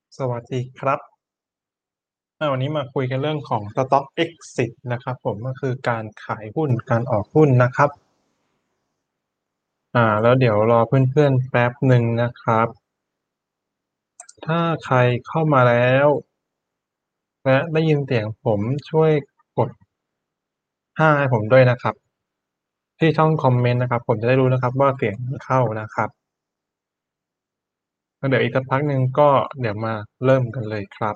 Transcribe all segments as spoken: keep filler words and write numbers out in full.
สวัสดีครับอ่าวันนี้มาคุยกันเรื่องของ Stock Exit นะครับผมก็คือการขายหุ้นการออกหุ้นนะครับอ่าแล้วเดี๋ยวรอเพื่อนๆแป๊บหนึ่งนะครับถ้าใครเข้ามาแล้วและได้ยินเสียงผมช่วยกดห้าให้ผมด้วยนะครับที่ช่องคอมเมนต์นะครับผมจะได้รู้นะครับว่าเสียงเข้านะครับแล้วเดี๋ยวอีกสักพักหนึ่งก็เดี๋ยวมาเริ่มกันเลยครับ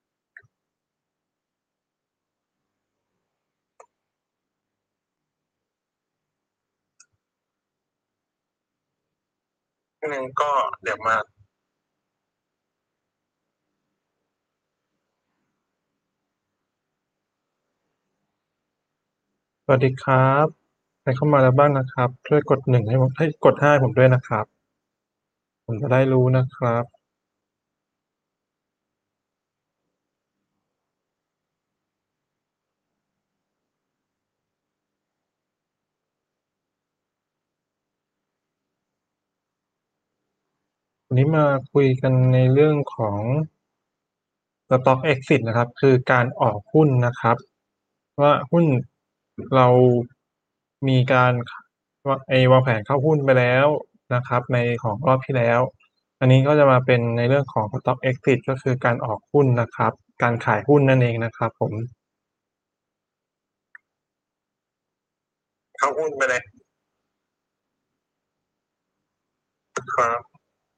หนึ่งก็เดี๋ยวมาสวัสดีครับใครเข้ามาแล้วบ้างนะครับช่วยกดหนึ่งให้ผมให้กดห้าให้ผมด้วยนะครับผมจะได้รู้นะครับ วันนี้มาคุยกันในเรื่องของ Stock Exit นะครับคือการออกหุ้นนะครับว่าหุ้นเรามีการว่าไอ้วางแผนเข้าหุ้นไปแล้วนะครับในของรอบที่แล้วอันนี้ก็จะมาเป็นในเรื่องของ Stock Exit ก็คือการออกหุ้นนะครับการขายหุ้นนั่นเองนะครับผมเข้าหุ้นไปเลยครับ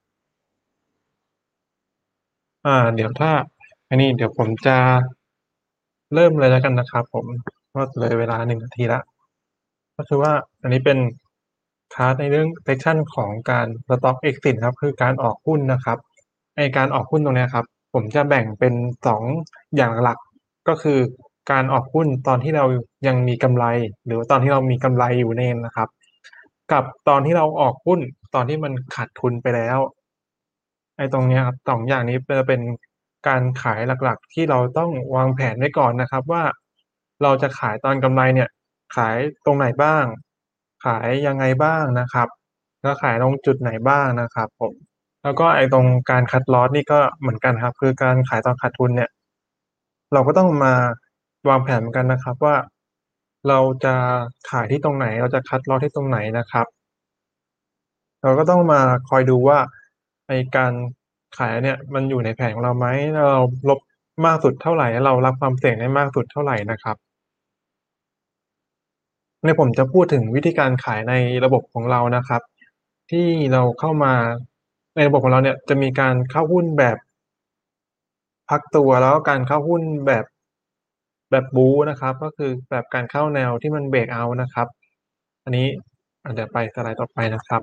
อ่าเดี๋ยวถ้าอันนี้เดี๋ยวผมจะเริ่มเลยแล้วกันนะครับผมเพราะเลยเวลาหนึ่งนาทีแล้ว ก็คือว่าอันนี้เป็นคลาสในเรื่อง section ของการ Stock Exit ครับคือการออกหุ้นนะครับไอ้การออกหุ้นตรงเนี้ยครับผมจะแบ่งเป็นสองอย่างหลักๆก็คือการออกหุ้นตอนที่เรายังมีกำไรหรือว่าตอนที่เรามีกำไรอยู่นั่นเองนะครับกับตอนที่เราออกหุ้นตอนที่มันขาดทุนไปแล้วไอ้ตรงเนี้ยครับสองอย่างนี้จะเป็นการขายหลักๆที่เราต้องวางแผนไว้ก่อนนะครับว่าเราจะขายตอนกำไรเนี่ย ขายตรงไหนบ้าง ขายยังไงบ้างนะครับแล้วขายตรงจุดไหนบ้างนะครับผมแล้วก็ไอ้ตรงการคัตลอสนี่ก็เหมือนกันครับคือการขายตอนขาดทุนเนี่ยเราก็ต้องมาวางแผนเหมือนกันนะครับว่าเราจะขายที่ตรงไหนเราจะคัตลอสที่ตรงไหนนะครับเราก็ต้องมาคอยดูว่าไอ้การขายเนี่ยมันอยู่ในแผนของเราไหมแล้วเราลบมากสุดเท่าไรแล้วเรารับความเสี่ยงได้มากสุดเท่าไรนะครับ เนี่ยผมจะพูดถึงวิธีการขายในระบบของเรานะครับที่เราเข้ามาในระบบของเราเนี่ยจะมีการเข้าหุ้นแบบพักตัวแล้วก็การเข้าหุ้นแบบแบบบู๊นะครับก็คือแบบการเข้าแนวที่มันเบรกเอาต์นะครับอันนี้อ่าเดี๋ยวไปสไลด์ต่อไปนะครับ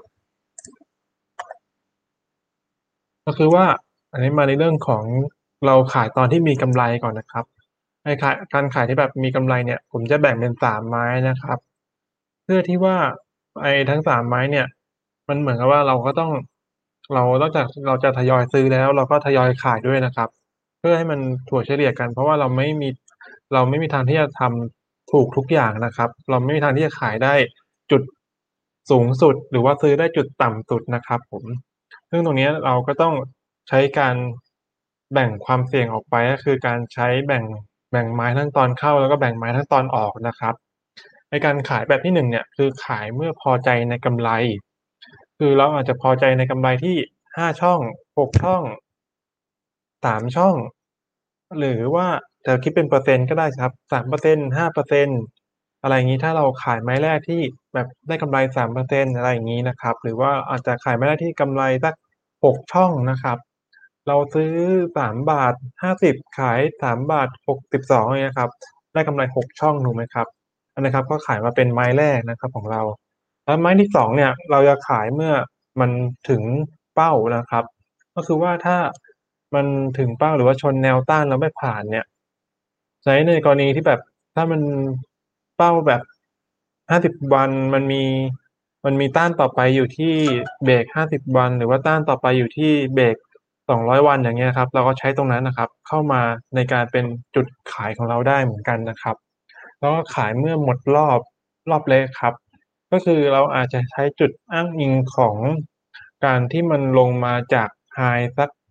ก็คือว่าอันนี้มาในเรื่องของเราขายตอนที่มีกำไรก่อนนะครับไอ้ขายการขายที่แบบมีกำไรเนี่ยผมจะแบ่งเป็นสามไม้นะครับ เพื่อที่ว่าไอ้ทั้งสามไม้เนี่ยมันเหมือนกับว่าเราก็ต้องเรานอกจากเราจะทยอยซื้อแล้วเราก็ทยอยขายด้วยนะครับเพื่อให้มันถั่วเฉลี่ยกันเพราะว่าเราไม่มีเราไม่มีทางที่จะทำถูกทุกอย่างนะครับเราไม่มีทางที่จะขายได้จุดสูงสุดหรือว่าซื้อได้จุดต่ำสุดนะครับผมซึ่งตรงเนี้ยเราก็ต้องใช้การแบ่งความเสี่ยงออกไปก็คือการใช้แบ่งแบ่งไม้ทั้งตอนเข้าแล้วก็แบ่งไม้ทั้งตอนออกนะครับ ในการขายแบบที่หนึ่งเนี่ยคือขายเมื่อพอใจในกำไรคือเราอาจจะพอใจในกำไรที่ห้าช่องหกช่องสามช่องหรือว่าจะคิดเป็นเปอร์เซ็นต์ก็ได้ครับสามเปอร์เซ็นต์ห้าเปอร์เซ็นต์อะไรอย่างงี้ถ้าเราขายไม้แรกที่แบบได้กำไรสามเปอร์เซ็นต์อะไรอย่างงี้นะครับหรือว่าอาจจะขายไม้แรกที่กำไรสักหกช่องนะครับเราซื้อสามบาทห้าสิบขายสามบาทหกสิบสองอย่างเงี้ยครับได้กำไรหกช่องถูกไหมครับ อันนะครับก็ขายมาเป็นไม้แรกนะครับของเราแล้วไม้ที่สองเนี่ยเราจะขายเมื่อมันถึงเป้านะครับก็คือว่าถ้ามันถึงเป้าหรือว่าชนแนวต้านแล้วไม่ผ่านเนี่ยใช้ในกรณีที่แบบถ้ามันเป้าแบบห้าสิบวันมันมีมันมีต้านต่อไปอยู่ที่เบรกห้าสิบวันหรือว่าต้านต่อไปอยู่ที่เบรกสองร้อยวันอย่างเงี้ยครับเราก็ใช้ตรงนั้นน่ะครับเข้ามาในการเป็นจุดขายของเราได้เหมือนกันนะครับ แล้วก็ขายเมื่อหมดรอบรอบเล็กครับก็คือเราอาจจะใช้จุดอ้างอิงของการที่มันลงมาจาก High สัก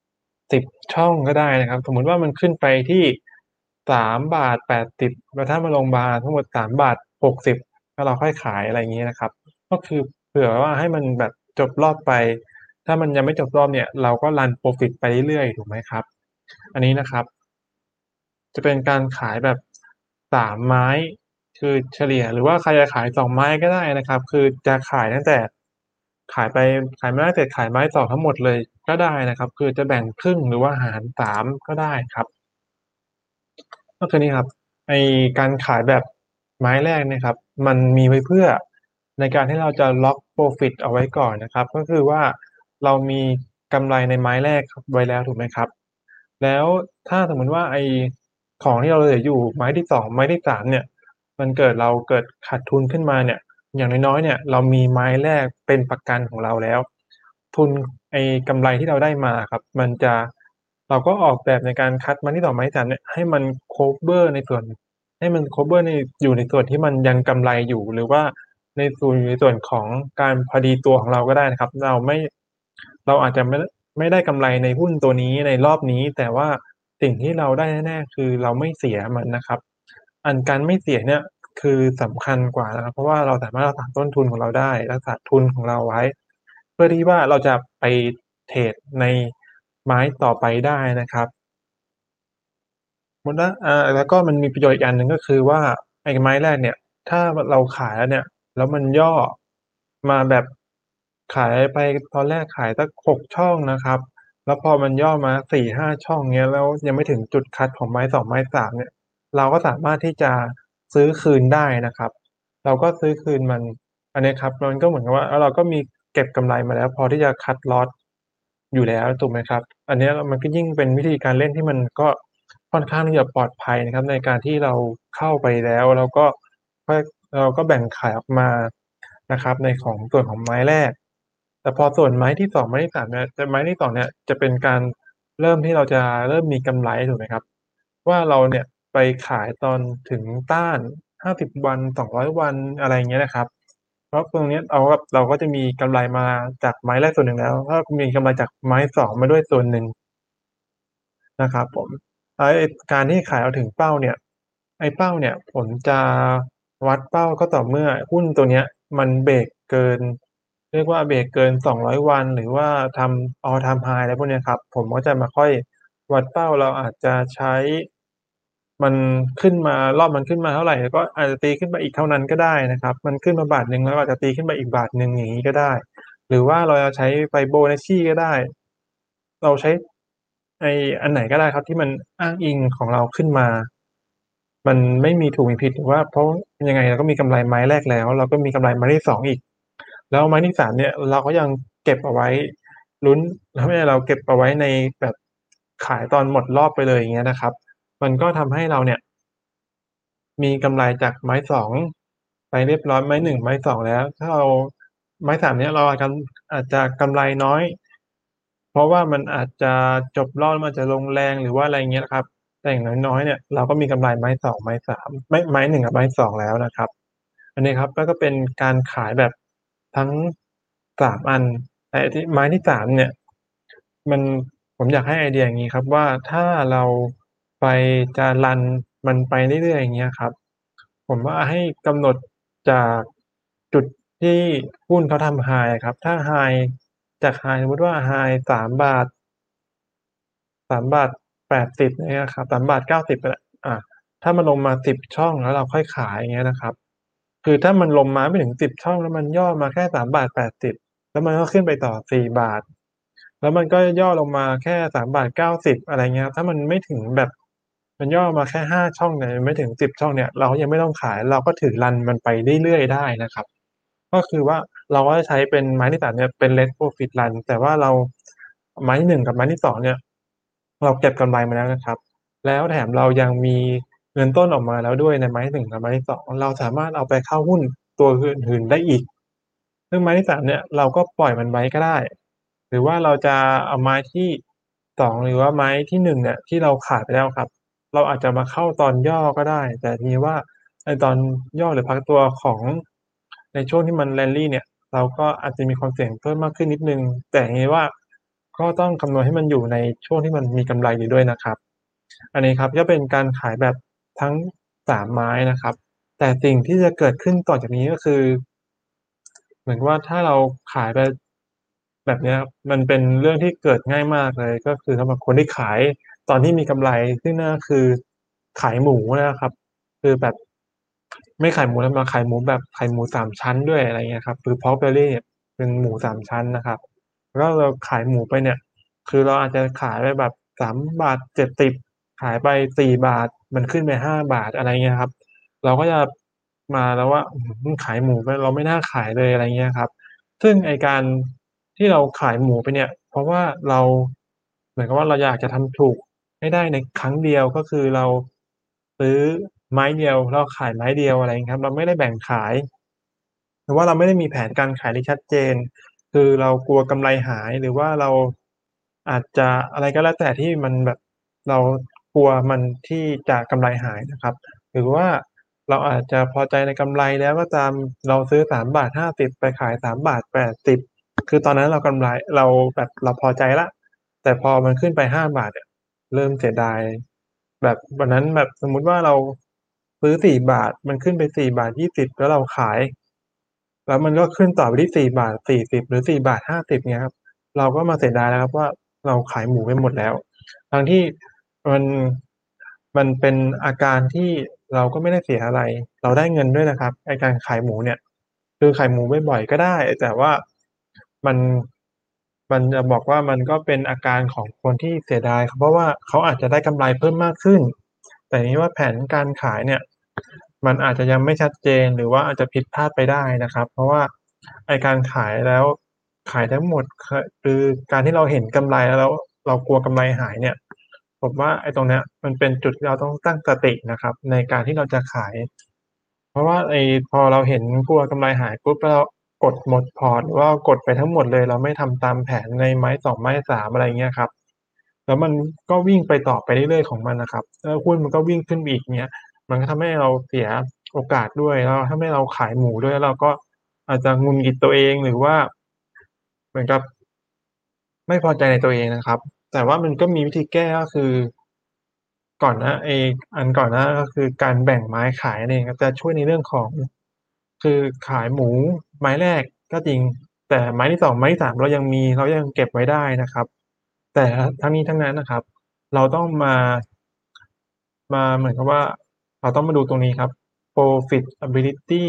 สิบช่องก็ได้นะครับสมมุติว่ามันขึ้นไปที่สามบาทแปดสิบแล้วถ้ามันลงมาทั้งหมดสามบาทหกสิบแล้วเราค่อยขายอะไรอย่างงี้นะครับก็คือเผื่อว่าให้มันแบบจบรอบไปถ้ามันยังไม่จบรอบเนี่ยเราก็รันโพรฟิตไปเรื่อยๆถูกไหมครับอันนี้นะครับ จะเป็นการขายแบบสามไม้คือเฉลี่ยหรือว่าใครจะขายสองไม้ก็ได้นะครับคือจะขายตั้งแต่ขายไปขายไม้แรกเสร็จขายไม้สองทั้งหมดเลยก็ได้นะครับคือจะแบ่งครึ่งหรือว่าหารสามก็ได้ครับก็คือนี่ครับไอ้การขายแบบไม้แรกเนี่ยครับมันมีไว้เพื่อในการที่เราจะล็อกโพรฟิตเอาไว้ก่อนนะครับก็คือว่าเรามีกำไรในไม้แรกไว้แล้วถูกไหมครับ แล้วถ้าสมมุติว่าไอ้ของที่เราเหลืออยู่ไม้ที่สองไม้ที่สามเนี่ยมันเกิดเราเกิดขาดทุนขึ้นมาเนี่ยอย่างน้อยๆเนี่ยเรามีไม้แรกเป็นประกันของเราแล้วทุนไอ้กำไรที่เราได้มาอะครับมันจะเราก็ออกแบบในการคัดไม้ที่สองไม้ที่สามเนี่ยให้มันคัฟเวอร์ในส่วนให้มันคัฟเวอร์ในอยู่ในส่วนที่มันยังกำไรอยู่หรือว่าในส่วนในส่วนของการพอดีตัวของเราก็ได้นะครับเราไม่เราอาจจะไม่ดไม่ได้กำไรในหุ้นตัวนี้ในรอบนี้แต่ว่าสิ่งที่เราได้แน่ๆคือเราไม่เสียมันนะครับอันการไม่เสียเนี่ยคือสำคัญกว่านะครับเพราะว่าเราสามารถรักษาต้นทุนของเราได้รักษาทุนของเราไว้เพื่อที่ว่าเราจะไปเทรดในไม้ต่อไปได้นะครับ หมดแล้วอาแล้วก็มันมีประโยชน์อีกอันหนึ่งก็คือว่าไอ้ไม้แรกเนี่ยถ้าเราขายแล้วเนี่ยแล้วมันย่อมาแบบขายไปตอนแรกขายสักหกช่องนะครับแล้วพอมันย่อมาสี่ถึงห้าช่องเงี้ยแล้วยังไม่ถึงจุดคัตของไม้สองไม้สามเนี่ยเราก็สามารถที่จะซื้อคืนได้นะครับเราก็ซื้อคืนมันอันเนี้ยครับมันก็เหมือนกับว่าแล้วเราก็มีเก็บกำไรมาแล้วพอที่จะคัตลอสอยู่แล้วถูกไหมครับอันเนี้ยมันก็ยิ่งเป็นวิธีการเล่นที่มันก็ ค่อนข้างที่จะปลอดภัยนะครับในการที่เราเข้าไปแล้วแล้วก็ค่อยเราก็แบ่งขายออกมานะครับในของส่วนของไม้แรกแต่พอส่วนไม้ที่สองไม้ที่สามเนี่ยจะไม้ที่สองเนี่ยจะเป็นการเริ่มที่เราจะเริ่มมีกำไรถูกไหมครับว่าเราเนี่ยไปขายตอนถึงต้านห้าสิบวันสองร้อยวันอะไรอย่างเงี้ยนะครับเพราะตรงเนี้ยเราก็เราก็จะมีกำไรมาจากไม้แรกส่วนหนึ่งแล้วก็มีกำไรจากไม้สองมาด้วยส่วนหนึ่ง นะครับผมแล้วไอ้การที่ขายเอาถึงเป้าเนี่ยไอ้เป้าเนี่ยผมจะวัดเป้าก็ต่อเมื่อหุ้นตัวเนี้ยมันเบรกเกินเรียกว่าเบรกเกินสองร้อยวันหรือว่าทำ All Time High อะไรพวกเนี้ยครับผมก็จะมาค่อยวัดเป้าเราอาจจะใช้มันขึ้นมารอบมันขึ้นมาเท่าไรก็อาจจะตีขึ้นไปอีกเท่านั้นก็ได้นะครับมันขึ้นมาบาทหนึ่งแล้วอาจจะตีขึ้นไปอีกบาทหนึ่งอย่างงี้ก็ได้หรือว่าเราจะใช้ Fibonacci ก็ได้ เราใช้ไอ้อันไหนก็ได้ครับที่มันอ้างอิงของเราขึ้นมา มันไม่มีถูกมีผิดหรือว่าเพราะยังไงเราก็มีกำไรไม้แรกแล้วเราก็มีกำไรไม้ที่สองอีกแล้วไม้ที่สามเนี่ยเราก็ยังเก็บเอาไว้ลุ้นถ้าไม่ใช่เราเก็บเอาไว้ในแบบขายตอนหมดรอบไปเลยอย่างเงี้ยนะครับมันก็ทำให้เราเนี่ย มีกำไรจากไม้สองไปเรียบร้อยไม้หนึ่งไม้สองแล้วถ้าเราไม้สามเนี่ยเราอาจกำอาจจะกำไรน้อยเพราะว่ามันอาจจะจบรอบแล้วมันอาจจะลงแรงหรือว่าอะไรอย่างเงี้ยนะครับแต่อย่างน้อยๆเนี่ยเราก็มีกำไรไม้สองไม้สามไม่ไม้หนึ่งกับไม้สองแล้วนะครับอันนี้ครับแล้วก็เป็นการขายแบบทั้งสามอันแต่ไอ้ที่ไม้ที่สามเนี่ยมันผมอยากให้ไอเดียอย่างงี้ครับว่าถ้าเราไปจะรันมันไปเรื่อยๆอย่างเงี้ยครับ ผมว่าให้กำหนดจากจุดที่หุ้นเขาทำ High อะครับถ้า High จาก High สมมุติว่า High สามบาทสามบาทแปดสิบอย่างเงี้ยครับสามบาทเก้าสิบก็ได้อาถ้ามันลงมาสิบช่องแล้วเราค่อยขายอย่างเงี้ยนะครับคือถ้ามันลงมาไม่ถึงสิบช่องแล้วมันย่อมาแค่สามบาทแปดสิบแล้วมันก็ขึ้นไปต่อสี่บาทแล้วมันก็ย่อลงมาแค่สามบาทเก้าสิบอะไรเงี้ยครับถ้ามันไม่ถึงแบบมันย่อมาแค่ห้าช่องเนี่ยไม่ถึงสิบช่องเนี่ยเราก็ยังไม่ต้องขายเราก็ถือรันมันไปเรื่อยๆได้นะครับ ก็คือว่าเราก็จะใช้เป็นไม้ที่สามเนี่ยเป็น Let Profit Run แต่ว่าเราไม้ที่หนึ่งกับไม้ที่สองเนี่ยเราเก็บกำไรมาแล้วนะครับแล้วแถมเรายังมีเงินต้นออกมาแล้วด้วยในไม้ที่หนึ่งกับไม้ที่สองเราสามารถเอาไปเข้าหุ้นตัวอื่นๆได้อีกซึ่งไม้ที่สามเนี่ยเราก็ปล่อยมันไว้ก็ได้หรือว่าเราจะเอาไม้ที่สองหรือว่าไม้ที่หนึ่งเนี่ยที่เราขายไปแล้วครับเราอาจจะมาเข้าตอนย่อก็ได้แต่ทีนี้ว่า ไอ้ตอนย่อหรือพักตัวของในช่วงที่มัน rally เนี่ยเราก็อาจจะมีความเสี่ยงเพิ่มมากขึ้นนิดหนึ่งแต่อย่างงี้ว่าก็ต้องคำนวณให้มันอยู่ในช่วงที่มันมีกำไรอยู่ด้วยนะครับอันนี้ครับก็เป็นการขายแบบทั้งสามไม้นะครับแต่สิ่งที่จะเกิดขึ้นต่อจากนี้ก็คือเหมือนกับว่าถ้าเราขายไปแบบเนี้ยครับมันเป็นเรื่องที่เกิดง่ายมากเลยก็คือสำหรับคนที่ขายตอนที่มีกำไรซึ่งนั่นก็คือขายหมูนะครับคือแบบไม่ขายหมูธรรมดาขายหมูแบบขายหมูสามชั้นด้วยอะไรเงี้ยครับคือ Pork Belly เป็นหมูสามชั้นนะครับแล้วเราขายหมูไปเนี่ยคือเราอาจจะขายไปแบบสามบาทเจ็ดสิบขายไปสี่บาทมันขึ้นไปห้าบาทอะไรเงี้ยครับ เราก็จะมาแล้วว่าอื้อฮือขายหมูไปเราไม่น่าขายเลยอะไรเงี้ยครับซึ่งไอ้การที่เราขายหมูไปเนี่ยเพราะว่าเราเหมือนกับว่าเราอยากจะทำถูกให้ได้ในครั้งเดียวก็คือเราซื้อไม้เดียวแล้วขายไม้เดียวอะไรงี้ครับเราไม่ได้แบ่งขายหรือว่าเราไม่ได้มีแผนการขายที่ชัดเจนคือเรากลัวกำไรหายหรือว่าเราอาจจะอะไรก็แล้วแต่ที่มันแบบเรากลัวมันที่จะกำไรหายนะครับ หรือว่าเราอาจจะพอใจในกำไรแล้วก็ตามเราซื้อสามบาทห้าสิบไปขายสามบาทแปดสิบคือตอนนั้นเรากำไรเราแบบเราพอใจแล้วแต่พอมันขึ้นไปห้าบาทเนี่ยเริ่มเสียดายแบบวันนั้นแบบสมมุติว่าเราซื้อสี่บาทมันขึ้นไปสี่บาทยี่สิบแล้วเราขายแล้วมันก็ขึ้นต่อไปที่สี่บาทสี่สิบหรือสี่บาทห้าสิบเงี้ยครับเราก็มาเสียดายแล้วครับว่าเราขายหมูไปหมดแล้วทั้งที่มันมันเป็นอาการที่เราก็ไม่ได้เสียอะไรเราได้เงินด้วยนะครับไอ้การขายหมูเนี่ยคือขายหมูบ่อยๆก็ได้แต่ว่ามันมันจะบอกว่ามันก็เป็นอาการของคนที่เสียดายครับเพราะว่าเขาอาจจะได้กำไรเพิ่มมากขึ้นแต่ทีนี้ว่าแผนการขายเนี่ยมันอาจจะยังไม่ชัดเจนหรือว่าอาจจะผิดพลาดไปได้นะครับเพราะว่าไอ้การขายแล้วขายทั้งหมดคคือการที่เราเห็นกำไรแล้วเรากลัวกำไรหายเนี่ย ผมว่าไอ้ตรงเนี้ยมันเป็นจุดที่เราต้องตั้งสตินะครับในการที่เราจะขายเพราะว่าไอ้พอเราเห็นกลัวกำไรหายปุ๊บแล้วเรากดหมดพอร์ตหรือว่ากดไปทั้งหมดเลยเราไม่ทำตามแผนในไม้สองไม้สามอะไรอย่างเงี้ยครับแล้วมันก็วิ่งไปต่อไปเรื่อยๆของมันน่ะครับแล้วหุ้นมันก็วิ่งขึ้นไปอีกเงี้ยมันก็ทำให้เราเสียโอกาสด้วยแล้วทำให้เราขายหมูด้วยแล้วเราก็อาจจะหงุดหงิดตัวเองหรือว่าเหมือนกับ ไม่พอใจในตัวเองนะครับแต่ว่ามันก็มีวิธีแก้ก็คือก่อนหน้าไอ้อันก่อนหน้าก็คือการแบ่งไม้ขายนั่นเองครับจะช่วยในเรื่องของคือขายหมูไม้แรกก็จริงแต่ไม้ที่สองไม้ที่สามเรายังมีเรายังเก็บไว้ได้นะครับแต่ทั้งนี้ทั้งนั้นน่ะครับเราต้องมามาเหมือนกับว่าเราต้องมาดูตรงนี้ครับ Profitability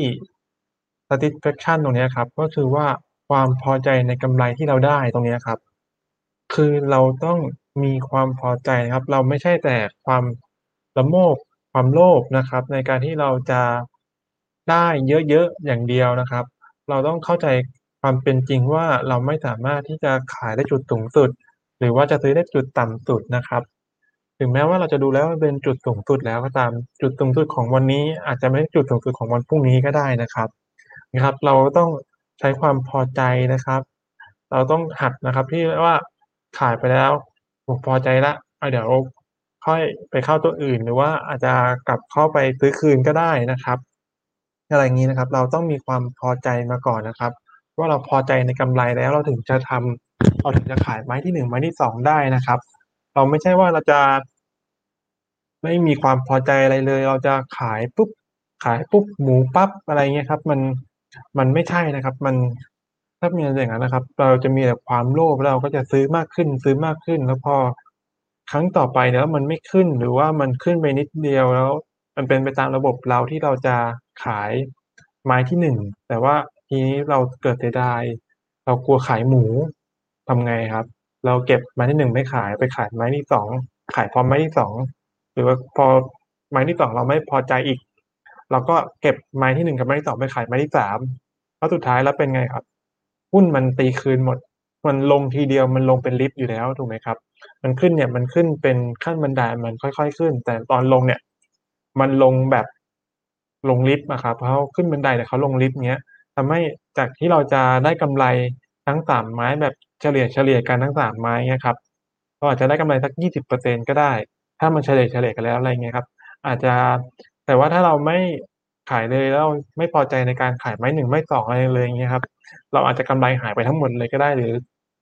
Satisfaction ตรงเนี้ยครับก็คือว่าความพอใจในกำไรที่เราได้ตรงเนี้ยครับ คือเราต้องมีความพอใจนะครับเราไม่ใช่แต่ความละโมบความโลภนะครับในการที่เราจะได้เยอะๆอย่างเดียวนะครับเราต้องเข้าใจความเป็นจริงว่าเราไม่สามารถที่จะขายได้จุดสูงสุดหรือว่าจะซื้อได้จุดต่ำสุดนะครับถึงแม้ว่าเราจะดูแล้วมันเป็นจุดสูงสุดแล้วก็ตามจุดสูงสุดของวันนี้อาจจะไม่ใช่จุดสูงสุดของวันพรุ่งนี้ก็ได้นะครับนะครับเราต้องใช้ความพอใจนะครับ เราต้องหัดนะครับที่ว่าขายไปแล้วผมพอใจแล้วอาเดี๋ยวค่อยไปเข้าตัวอื่นหรือว่าอาจจะกลับเข้าไปซื้อคืนก็ได้นะครับอะไรงี้นะครับเราต้องมีความพอใจมาก่อนนะครับว่าเราพอใจในกำไรแล้วเราถึงจะทำเราถึงจะขายไม้ที่หนึ่งไม้ที่สองได้นะครับเราไม่ใช่ว่าเราจะ ไม่มีความพอใจอะไรเลยเราจะขายปุ๊บขายปุ๊บหมูปั๊บอะไรเงี้ยครับมันมันไม่ใช่นะครับมันถ้าเป็นอย่างนั้นนะครับเราจะมีแต่ความโลภแล้วเราก็จะซื้อมากขึ้นซื้อมากขึ้นแล้วพอครั้งต่อไปเนี่ยแล้วมันไม่ขึ้นหรือว่ามันขึ้นไปนิดเดียวแล้วมันเป็นไปตามระบบเราที่เราจะขายไม้ที่หนึ่งแต่ว่าทีนี้เราเกิดเสียดายเรากลัวขายหมูทำไงครับเราเก็บไม้ที่หนึ่งไม่ขายไปขายไม้ที่สองขายพร้อมไม้ที่สอง หรือว่าพอไม้ที่สองเราไม่พอใจอีกเราก็เก็บไม้ที่หนึ่งกับไม้ที่สองไปขายไม้ที่สามแล้วสุดท้ายแล้วเป็นไงครับหุ้นมันตีคืนหมดมันลงทีเดียวมันลงเป็นลิฟต์อยู่แล้วถูกไหมครับมันขึ้นเนี่ยมันขึ้นเป็นขั้นบันไดมันค่อยๆขึ้นแต่ตอนลงเนี่ยมันลงแบบลงลิฟต์อะครับเขาขึ้นบันไดแต่เขาลงลิฟต์เงี้ยทำให้จากที่เราจะได้กำไรทั้งสามไม้แบบเฉลี่ยๆกันทั้งสามไม้เงี้ยครับเราอาจจะได้กำไรสักยี่สิบเปอร์เซ็นต์ก็ได้ ถ้ามันเฉลี่ยๆกันแล้วอะไรเงี้ยครับอาจจะแต่ว่าถ้าเราไม่ขายเลยแล้วเราไม่พอใจในการขายไม้หนึ่งไม้สองอะไรเลยอย่างเงี้ยครับเราอาจจะกำไรหายไปทั้งหมดเลยก็ได้หรือ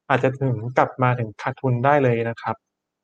อาจจะถึงกลับมาถึงขาดทุนได้เลยนะครับ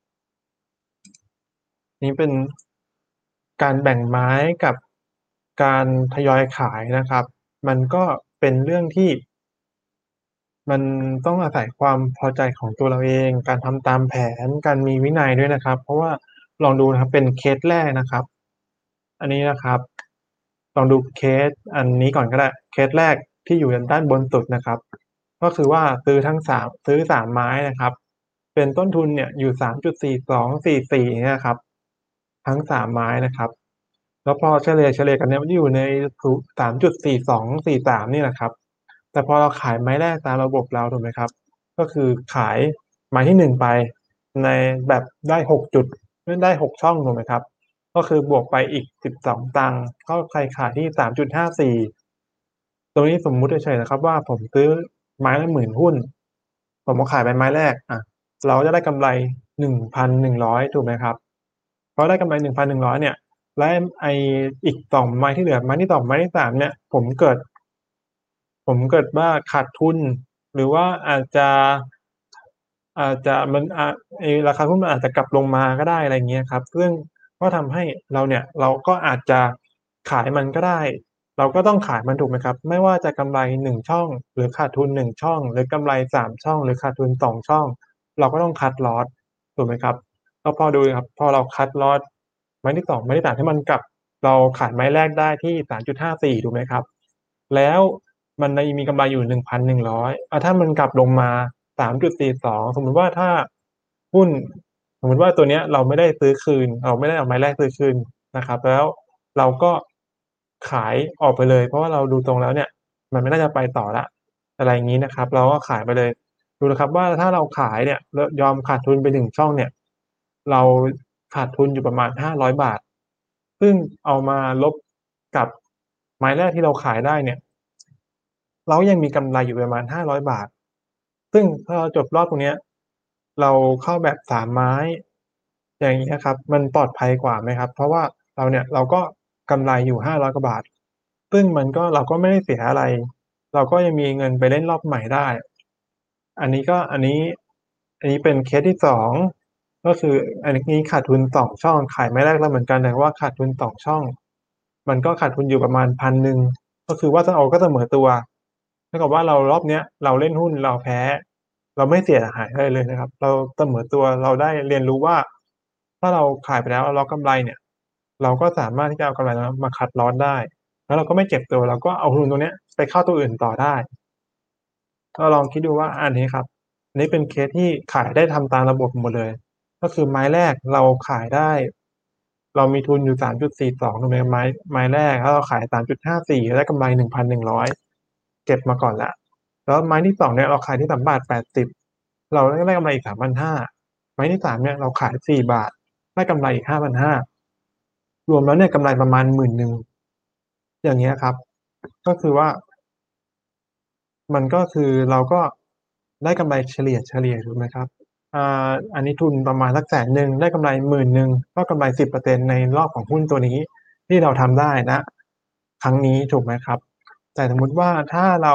นี้เป็นการแบ่งไม้กับการทยอยขายนะครับมันก็เป็นเรื่องที่ มันต้องอาศัยความพอใจของตัวเราเอง การทำตามแผน การมีวินัยด้วยนะครับ เพราะว่าลองดูนะครับเป็นเคสแรกนะครับ อันนี้นะครับลองดูเคสอันนี้ก่อนก็ได้เคสแรกที่อยู่ด้านบนสุดนะครับก็คือว่าซื้อทั้งสามซื้อสามไม้นะครับเป็นต้นทุนเนี่ยอยู่สามจุดสี่สองสี่สี่อย่างเงี้ยครับทั้งสามไม้นะครับแล้วพอเฉลี่ยๆกันเนี่ยมันอยู่ในสุสามจุดสี่สองสี่สามนี่แหละครับแต่พอเราขายไม้แรกตามระบบเราถูกไหมครับก็คือขายไม้ที่หนึ่งไปในแบบได้หกจุดได้หกช่องถูกไหมครับ ก็คือบวกไปอีกสิบสองตังค์ก็ใครขายที่สามจุดห้าสี่ตรงนี้สมมุติเฉยๆนะครับว่าผมซื้อไม้ละหนึ่งหมื่นหุ้นผมก็ขายไปไม้แรกอะเราก็จะได้กำไรหนึ่งพันหนึ่งร้อยถูกไหมครับพอได้กำไรหนึ่งพันหนึ่งร้อยเนี่ยแล้วไอ้อีกสองไม้ที่เหลือไม้ที่สองไม้ที่สามเนี่ยผมเกิดผมเกิดว่าขาดทุนหรือว่าอาจจะอาจจะมันอาไอ้ราคาหุ้นมันอาจจะกลับลงมาก็ได้อะไรอย่างเงี้ยครับซึ่ง ก็ทำให้เราเนี่ยเราก็อาจจะขายมันก็ได้เราก็ต้องขายมันถูกไหมครับไม่ว่าจะกำไรหนึ่งช่องหรือขาดทุนหนึ่งช่องหรือกำไรสามช่องหรือขาดทุนสองช่องเราก็ต้องคัตลอสถูกไหมครับแล้วพอดูครับพอเราคัตลอสไม้ที่สองไม้ที่สามที่มันกลับเราขายไม้แรกได้ที่สามจุดห้าสี่ถูกไหมครับแล้วมันในมีกำไรอยู่หนึ่งพันหนึ่งร้อยอาถ้ามันกลับลงมาสามจุดสี่สองสมมุติว่าถ้าหุ้น สมมุติว่าตัวเนี้ยเราไม่ได้ซื้อคืนเราไม่ได้เอาไม้แรกซื้อคืนนะครับแล้วเราก็ขายออกไปเลยเพราะว่าเราดูทรงแล้วเนี่ยมันไม่น่าจะไปต่อแล้วอะไรอย่างงี้นะครับเราก็ขายไปเลยดูนะครับว่าถ้าเราขายเนี่ยแล้วยอมขาดทุนไปหนึ่งช่องเนี่ยเราขาดทุนอยู่ประมาณห้าร้อยบาทซึ่งเอามาลบกับไม้แรกที่เราขายได้เนี่ยเราก็ยังมีกำไรอยู่ประมาณห้าร้อยบาท ซึ่งพอเราจบรอบตรงเนี้ยเราเข้าแบบสามไม้อย่างเงี้ยครับมันปลอดภัยกว่าไหมครับเพราะว่าเราเนี่ยเราก็กำไรอยู่ห้าร้อยกว่าบาทซึ่งมันก็เราก็ไม่ได้เสียอะไรเราก็ยังมีเงินไปเล่นรอบใหม่ได้อันนี้ก็อันนี้อันนี้เป็นเคสที่สองก็คืออันนี้ขาดทุนสองช่องขายไม้แรกแล้วเหมือนกันแต่ว่าขาดทุนสองช่องมันก็ขาดทุนอยู่ประมาณพันหนึ่งก็คือว่าถ้าเอาก็เสมอตัว เท่ากับว่าเรารอบเนี้ยเราเล่นหุ้นเราแพ้เราไม่เสียหายอะไรเลยนะครับเราเสมอตัวเราได้เรียนรู้ว่าถ้าเราขายไปแล้วเรากำไรเนี่ยเราก็สามารถที่จะเอากำไรตรงนั้นมาคัตลอสได้แล้วเราก็ไม่เจ็บตัวเราก็เอาทุนตรงเนี้ยไปเข้าตัวอื่นต่อได้ก็ลองคิดดูว่าอันนี้ครับอันนี้เป็นเคสที่ขายได้ทำตามระบบหมดเลยก็คือไม้แรกเราขายได้เรามีทุนอยู่สามจุดสี่สองถูกไหมไม้ไม้แรกแล้วเราขายสามจุดห้าสี่ได้กำไรหนึ่งพันหนึ่งร้อยเก็บมาก่อนแล้ว แล้วไม้ที่สองเนี่ยเราขายที่สามบาทแปดสิบเราก็ได้กำไรอีกสามพันห้าร้อยไม้ที่สามเนี่ยเราขายสี่บาทได้กำไรอีกห้าพันห้าร้อยรวมแล้วเนี่ยกำไรประมาณหมื่นหนึ่งอย่างเงี้ยครับก็คือว่ามันก็คือเราก็ได้กำไรเฉลี่ยๆถูกไหมครับอ่าอันนี้ทุนประมาณสักแสนหนึ่งได้กำไรหมื่นหนึ่งก็กำไรสิบเปอร์เซ็นต์ในรอบของหุ้นตัวนี้ที่เราทำได้ณครั้งนี้ถูกไหมครับแต่สมมุติว่าถ้าเรา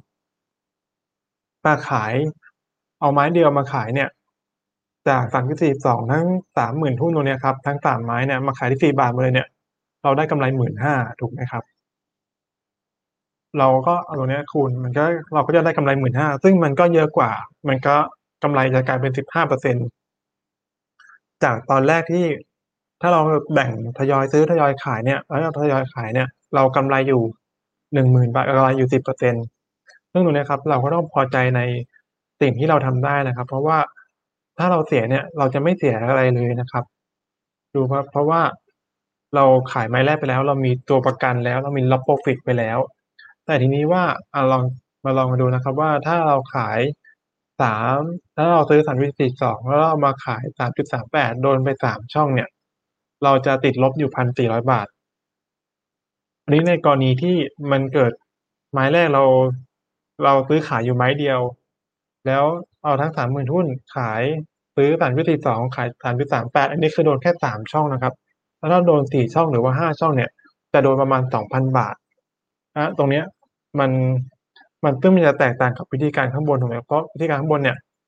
มาขายเอาไม้เดียวมาขายเนี่ยจากสามจุดสี่สองทั้งสามหมื่นหุ้นตรงเนี้ยครับทั้งสามไม้เนี่ยมาขายที่สี่บาทหมดเลยเนี่ยเราได้กำไรหนึ่งหมื่นห้าพันถูกไหมครับเราก็เอาตรงเนี้ยคูณมันก็เราก็จะได้กำไรหนึ่งหมื่นห้าพันซึ่งมันก็เยอะกว่ามันก็กำไรจะกลายเป็นสิบห้าเปอร์เซ็นต์จากตอนแรกที่ถ้าเราแบ่งทยอยซื้อทยอยขายเนี่ยแล้วเราทยอยขายเนี่ยเรากำไรอยู่หนึ่งหมื่นบาทกำไรอยู่สิบเปอร์เซ็นต์ซึ่งตรงเนี้ยครับเราก็ต้องพอใจในสิ่งที่เราทำได้นะครับเพราะว่าถ้าเราเสียเนี่ยเราจะไม่เสียอะไรเลยนะครับดูครับเพราะว่าเราขายไม้แรกไปแล้วเรามีตัวประกันแล้วเรามี Stop Profit ไปแล้วแต่ทีนี้ว่าอ่าลองมาลองมาดูนะครับว่าถ้าเราขาย สามถ้าเราซื้อสามจุดสี่สองแล้วเราเอามาขายสามจุดสามแปดโดนไปสามช่องเนี่ยเราจะติดลบอยู่หนึ่งพันสี่ร้อยบาทอันนี้ในกรณีที่มันเกิดไม้แรกเราเราซื้อขายอยู่ไม้เดียวแล้วเอาทั้งสามหมื่นหุ้นขายซื้อสามจุดสี่สองขายสามจุดสามแปดอันนี้คือโดนแค่สามช่องนะครับแล้วถ้าโดนสี่ช่องหรือว่าห้าช่องเนี่ยจะโดนประมาณสองพันบาทนะครับตรงเนี้ยมันมันซึ่งมันจะแตกต่างกับวิธีการข้างบนถูกไหมเพราะวิธีการข้างบนเนี่ย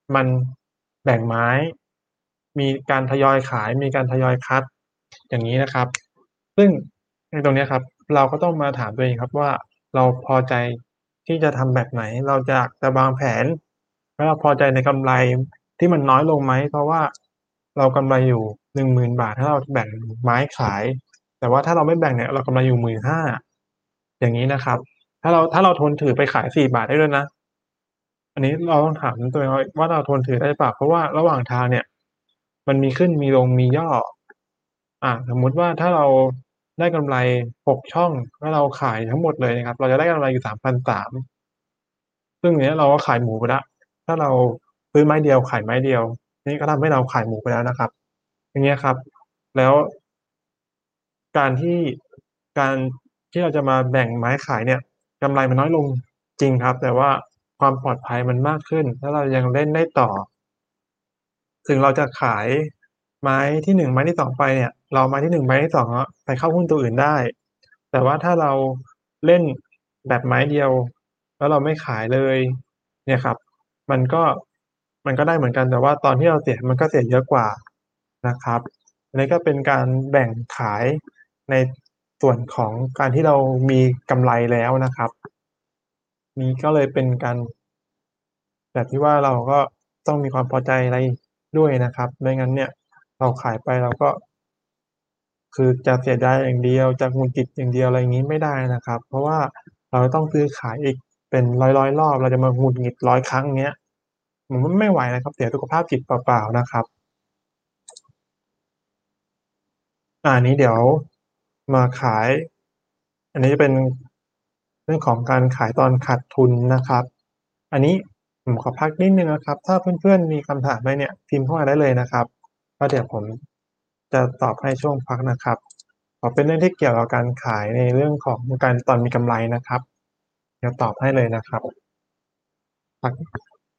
มันแบ่งไม้มีการทยอยขายมีการทยอยคัดอย่างงี้นะครับซึ่งในตรงเนี้ยครับเราก็ต้องมาถามตัวเองครับว่าเราพอใจที่จะทำแบบไหนเราอยากจะวางแผนแล้วเราพอใจในกำไรที่มันน้อยลงไหมเพราะว่าเรากำไรอยู่หนึ่งหมื่นบาทถ้าเราแบ่งไม้ขายแต่ว่าถ้าเราไม่แบ่งเนี่ยเรากำไรอยู่หนึ่งหมื่นห้าพันอย่างงี้นะครับถ้าเราถ้าเราทนถือไปขายสี่บาทได้ด้วยนะ อันนี้เราต้องถามตัวเองว่าว่าเราทนถือได้หรือเปล่าเพราะว่าระหว่างทางเนี่ยมันมีขึ้นมีลงมีย่ออ่าสมมุติว่าถ้าเราได้กำไรหกช่องแล้วเราขายทั้งหมดเลยนะครับเราจะได้กำไรอยู่สามพันสามร้อยซึ่งอันเนี้ยเราก็ขายหมูไปแล้วถ้าเราซื้อไม้เดียวขายไม้เดียวนี่ก็ทำให้เราขายหมูไปแล้วนะครับอย่างเงี้ยครับแล้วการที่การที่เราจะมาแบ่งไม้ขายเนี่ยกำไรมันน้อยลงจริงครับแต่ว่าความปลอดภัยมันมากขึ้นแล้วเรายังเล่นได้ต่อ ถึงเราจะขายไม้ที่หนึ่งไม้ที่สองไปเนี่ยเราเอาไม้ที่หนึ่งไม้ที่สองอะไปเข้าหุ้นตัวอื่นได้แต่ว่าถ้าเราเล่นแบบไม้เดียวแล้วเราไม่ขายเลยเนี่ยครับมันก็มันก็ได้เหมือนกันแต่ว่าตอนที่เราเสียมันก็เสียเยอะกว่านะครับอันนี้ก็เป็นการแบ่งขายในส่วนของการที่เรามีกำไรแล้วนะครับนี้ก็เลยเป็นการแบบที่ว่าเราก็ต้องมีความพอใจอะไรด้วยนะครับไม่งั้นเนี่ยเราขายไปเราก็คือจะเสียดายอย่างเดียวจะหงุดหงิดอย่างเดียวอะไรอย่างงี้ไม่ได้นะครับเพราะว่าเราจะต้องซื้อขายอีกเป็นร้อยๆรอบเราจะมาหงุดหงิดร้อยครั้งเงี้ยผมว่าไม่ไหวนะครับเสียสุขภาพจิตเปล่าๆนะครับอาอันนี้เดี๋ยวมาขายอันนี้จะเป็นเรื่องของการขายตอนขาดทุนนะครับอันนี้ผมขอพักนิดหนึ่งนะครับถ้าเพื่อนๆมีคำถามอะไรเนี่ยพิมพ์เข้ามาได้เลยนะครับแล้วเดี๋ยวผมจะตอบให้ช่วงพักนะครับขอเป็นเรื่องที่เกี่ยวกับการขายในเรื่องของการตอนมีกำไรนะครับเดี๋ยวตอบให้เลยนะครับพัก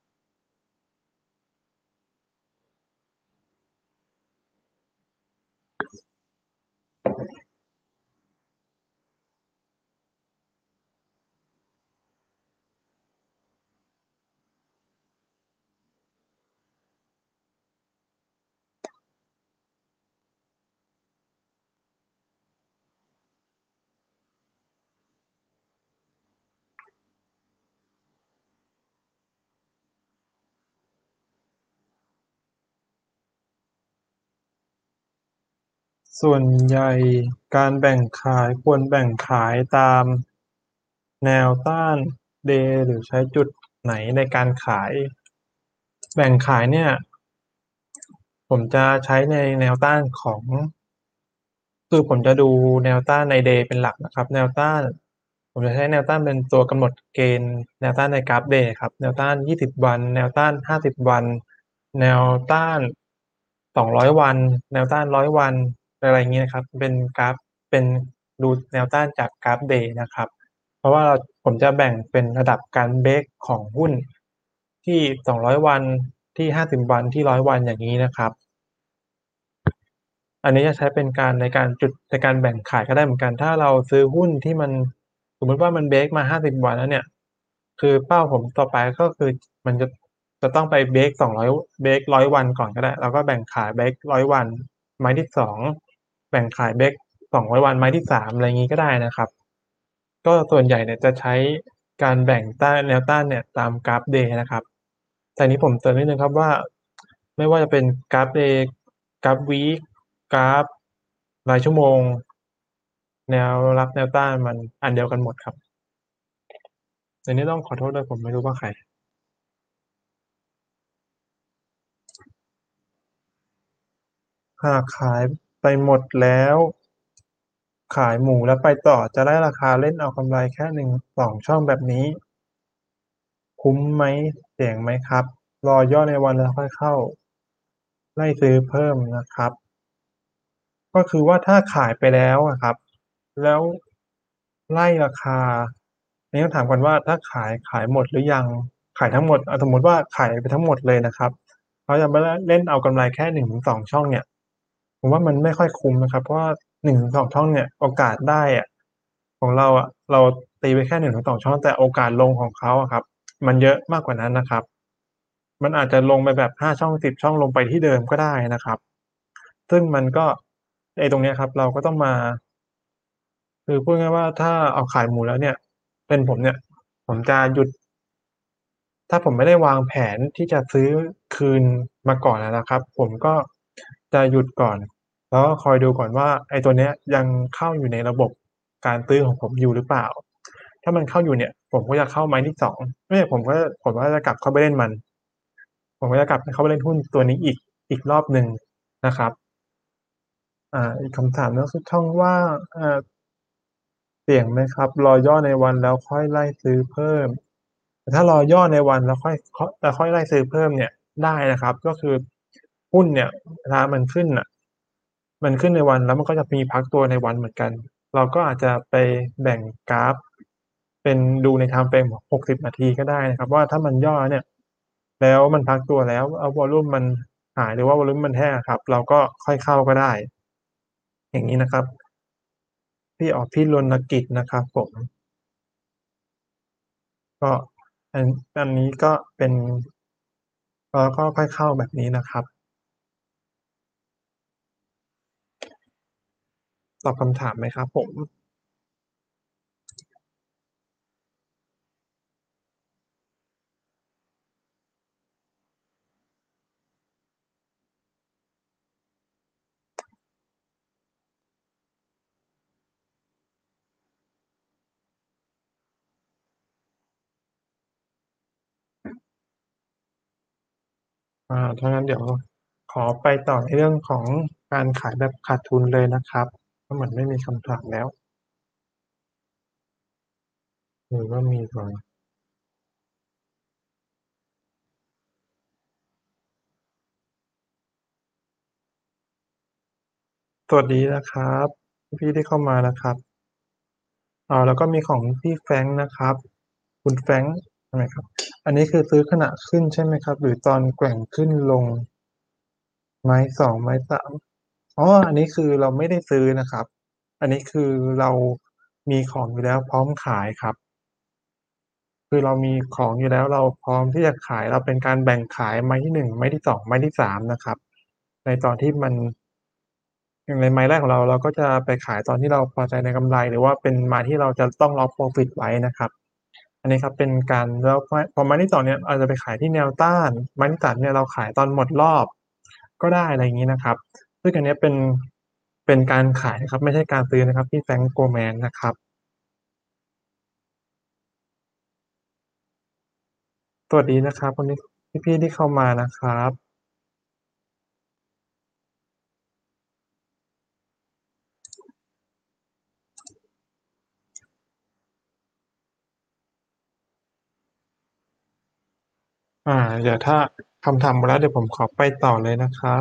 ส่วนใหญ่การแบ่งขายควรแบ่งขายตามแนวต้าน Day หรือใช้จุดไหนในการขายแบ่งขายเนี่ยผมจะใช้ในแนวต้านของ คือผมจะดูแนวต้านใน Day เป็นหลักนะครับแนวต้านผมจะใช้แนวต้านเป็นตัวกำหนดเกณฑ์แนวต้านในกราฟ Day ครับแนวต้านยี่สิบวันแนวต้านห้าสิบวันแนวต้านสองร้อยวันแนวต้านหนึ่งร้อยวันอะไรอย่างงี้นะครับเป็นกราฟเป็นดูแนวต้านจากกราฟ Day นะครับเพราะว่าผมจะแบ่งเป็นระดับการเบรกของหุ้นที่สองร้อยวันที่ห้าสิบวันที่หนึ่งร้อยวันอย่างงี้นะครับ อันนี้จะใช้เป็นการในการจุดในการแบ่งขายก็ได้เหมือนกันถ้าเราซื้อหุ้นที่มันสมมุติว่ามันเบรกมาห้าสิบวันแล้วเนี่ยคือเป้าผมต่อไปก็คือมันจะจะต้องไปเบรกสองร้อยเบรกหนึ่งร้อยวันก่อนก็ได้เราก็แบ่งขายเบรกหนึ่งร้อยวันไม้ที่สองแบ่งขายเบรกสองร้อยวันไม้ที่สามอะไรงี้ก็ได้นะครับก็ส่วนใหญ่เนี่ยจะใช้การแบ่งต้านแนวต้านเนี่ยตามกราฟ Day นะครับแต่อันนี้ผมเตือนนิดหนึ่งครับว่าไม่ว่าจะเป็นกราฟ Day กราฟ Week กราฟรายชั่วโมงแนวรับแนวต้านมันอันเดียวกันหมดครับอันนี้ต้องขอโทษด้วยผมไม่รู้ว่าใครหากขายไปหมดแล้วขายหมูแล้วไปต่อจะได้ราคาเล่นเอากำไรแค่หนึ่ง สองช่องแบบนี้คุ้มไหมเสี่ยงไหมครับรอย่อในวันแล้วค่อยเข้าไล่ซื้อเพิ่มนะครับ ก็คือว่าถ้าขายไปแล้วอะครับแล้วไล่ราคาอันนี้ต้องถามก่อนว่าถ้าขายขายหมดหรือยังขายทั้งหมดอ่าสมมุติว่าขายไปทั้งหมดเลยนะครับเขาจะมาลเล่นเอากำไรแค่หนึ่งถึงสองช่องเนี่ยผมว่ามันไม่ค่อยคุ้มนะครับเพราะว่าหนึ่งถึงสองช่องเนี่ยโอกาสได้อะของเราอะเราตีไปแค่หนึ่งถึงสองช่องแต่โอกาสลงของเขาอะครับมันเยอะมากกว่านั้นนะครับมันอาจจะลงไปแบบห้าช่องสิบช่องลงไปที่เดิมก็ได้นะครับซึ่งมันก็ไอ้ตรงเนี้ยครับเราก็ต้องมาคือพูดง่ายๆว่าถ้าเอาขายหมูแล้วเนี่ยเป็นผมเนี่ยผมจะหยุด ถ้าผมไม่ได้วางแผนที่จะซื้อคืนมาก่อนอะนะครับผมก็จะหยุดก่อนแล้วก็คอยดูก่อนว่าไอ้ตัวเนี้ยยังเข้าอยู่ในระบบการซื้อของผมอยู่หรือเปล่าถ้ามันเข้าอยู่เนี่ยผมก็จะเข้าไม้ที่สองไม่ผมก็ผมก็จะกลับเข้าไปเล่นมันผมก็จะกลับเข้าไปเล่นหุ้นตัวนี้อีกอีกรอบหนึ่งนะครับอ่าอีกคำถามหนึ่งก็คือช่องว่างอ่า เสี่ยงไหมครับรอย่อในวันแล้วค่อยไล่ซื้อเพิ่มแต่ถ้ารอย่อในวันแล้วค่อยคแล้วค่อยไล่ซื้อเพิ่มเนี่ยได้นะครับก็คือหุ้นเนี่ยเวลามันขึ้นน่ะมันขึ้นในวันแล้วมันก็จะมีพักตัวในวันเหมือนกันเราก็อาจจะไปแบ่งกราฟเป็นดูในไทม์เฟรมของหกสิบนาทีก็ได้นะครับว่าถ้ามันย่อแล้วเนี่ยแล้วมันพักตัวแล้วแล้ววอลลุมมันหายหรือว่าวอลลุมมันแห้งอะครับเราก็ค่อยเข้าก็ได้อย่างงี้นะครับพี่อ๋อพี่รณกิจนะครับผม ก็อันอันนี้ก็เป็นแล้วก็ค่อยเข้าแบบนี้นะครับตอบคำถามไหมครับผมอ่าถ้างั้นเดี๋ยวขอไปต่อในเรื่องของการขายแบบขาดทุนเลยนะครับเพราะเหมือนไม่มีคำถามแล้วหรือว่ามีก่อนสวัสดีนะครับพี่ๆที่เข้ามานะครับอ่าแล้วก็มีของพี่แฟรงค์นะครับคุณแฟรงค์ใช่ไหมครับอันนี้คือซื้อขณะขึ้นใช่ไหมครับหรือตอนแกว่งขึ้นลงไม้สองไม้สาม อ๋ออันนี้คือเราไม่ได้ซื้อนะครับ อันนี้คือเรามีของอยู่แล้วพร้อมขายครับ คือเรามีของอยู่แล้วเราพร้อมที่จะขายเราเป็นการแบ่งขายไม้ที่หนึ่งไม้ที่สองไม้ที่สามนะครับในตอนที่มันอย่างในไม้แรกของเราเราก็จะไปขายตอนที่เราพอใจในกำไรหรือว่าเป็นไม้ที่เราจะต้องล็อก Profit ไว้นะครับอันนี้ครับเป็นการแล้วไม้พอไม้ที่สองเนี่ยอาจจะไปขายที่แนวต้านไม้ที่สามเนี่ยเราขายตอนหมดรอบก็ได้อะไรอย่างงี้นะครับซึ่งอันเนี้ยเป็นเป็นการขายนะครับไม่ใช่การซื้อนะครับที่ Frank Goldman นะครับสวัสดีนะครับวันนี้พี่ๆที่เข้ามานะครับอ่าเดี๋ยวถ้าคำถามหมดแล้วเดี๋ยวผมขอไปต่อเลยนะครับ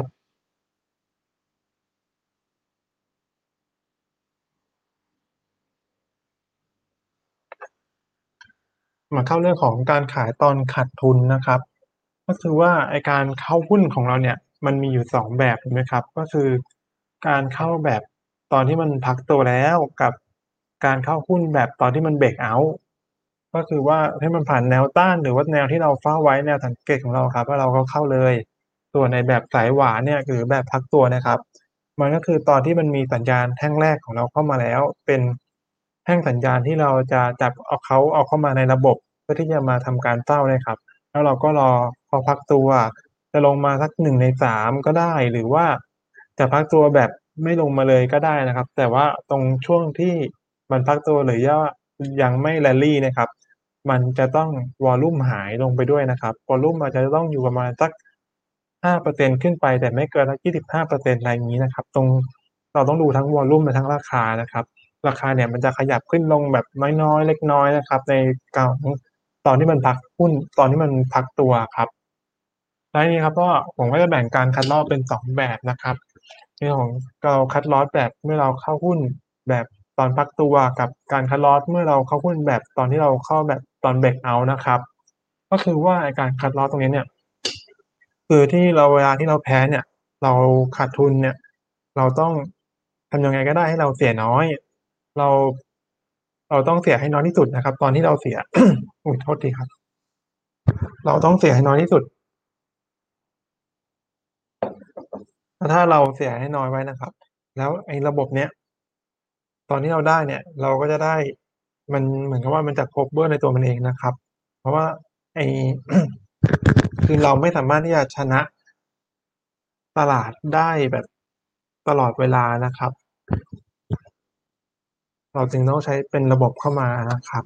มาเข้าเรื่องของการขายตอนขาดทุนนะครับก็คือว่าไอ้การเข้าหุ้นของเราเนี่ยมันมีอยู่สองแบบถูกไหมครับก็คือการเข้าแบบตอนที่มันพักตัวแล้วกับการเข้าหุ้นแบบตอนที่มันเบรกเอาต์ก็คือว่าให้มันผ่านแนวต้านหรือว่าแนวที่เราเฝ้าไว้แนวสังเกตของเราครับว่าเราก็เข้าเลยส่วนในแบบสายหวานเนี่ยหรือแบบพักตัวนะครับมันก็คือตอนที่มันมีสัญญาณแท่งแรกของเราเข้ามาแล้วเป็นแท่งสัญญาณที่เราจะจับเอาเขาเอาเข้ามาในระบบ เพื่อที่จะมาทำการเฝ้าเนี่ยครับแล้วเราก็รอเขาพักตัวจะลงมาสักหนึ่งในสามก็ได้หรือว่าจะพักตัวแบบไม่ลงมาเลยก็ได้นะครับแต่ว่าตรงช่วงที่มันพักตัวหรือย่อยังไม่ rally เนี่ยครับมันจะต้องวอลลุมหายลงไปด้วยนะครับวอลลุมอาจจะต้องอยู่ประมาณสักห้าเปอร์เซ็นต์ขึ้นไปแต่ไม่เกินสักยี่สิบห้าเปอร์เซ็นต์อะไรงี้นะครับตรงเราต้องดูทั้งวอลลุมและทั้งราคานะครับ ราคาเนี่ยมันจะขยับขึ้นลงแบบน้อยๆเล็กน้อยนะครับในกลางตอนที่มันพักหุ้นตอนที่มันพักตัวครับแล้วทีนี้ครับก็ผมก็จะแบ่งการคัดลอสเป็นสองแบบนะครับในเรื่องของเราคัดลอสแบบเมื่อเราเข้าหุ้นแบบตอนพักตัวกับการคัดลอสเมื่อเราเข้าหุ้นแบบตอนที่เราเข้าแบบตอนเบรกเอาต์นะครับก็คือว่าไอ้การคัดลอสตรงนี้เนี่ยคือที่เราเวลาที่เราแพ้เนี่ยเราขาดทุนเนี่ยเราต้องทำยังไงก็ได้ให้เราเสียน้อย เราเราต้องเสียให้น้อยที่สุดนะครับตอนที่เราเสียอุ๊ยโทษทีครับเราต้องเสียให้น้อยที่สุดแล้วถ้าเราเสียให้น้อยไว้นะครับแล้วไอ้ระบบเนี้ยตอนที่เราได้เนี่ยเราก็จะได้มันเหมือนกับว่ามันจะคัฟเวอร์ในตัวมันเองนะครับเพราะว่าไอ้คือเราไม่สามารถที่จะชนะตลาดได้แบบตลอดเวลานะครับเราจึงต้องใช้เป็นระบบเข้ามานะครับ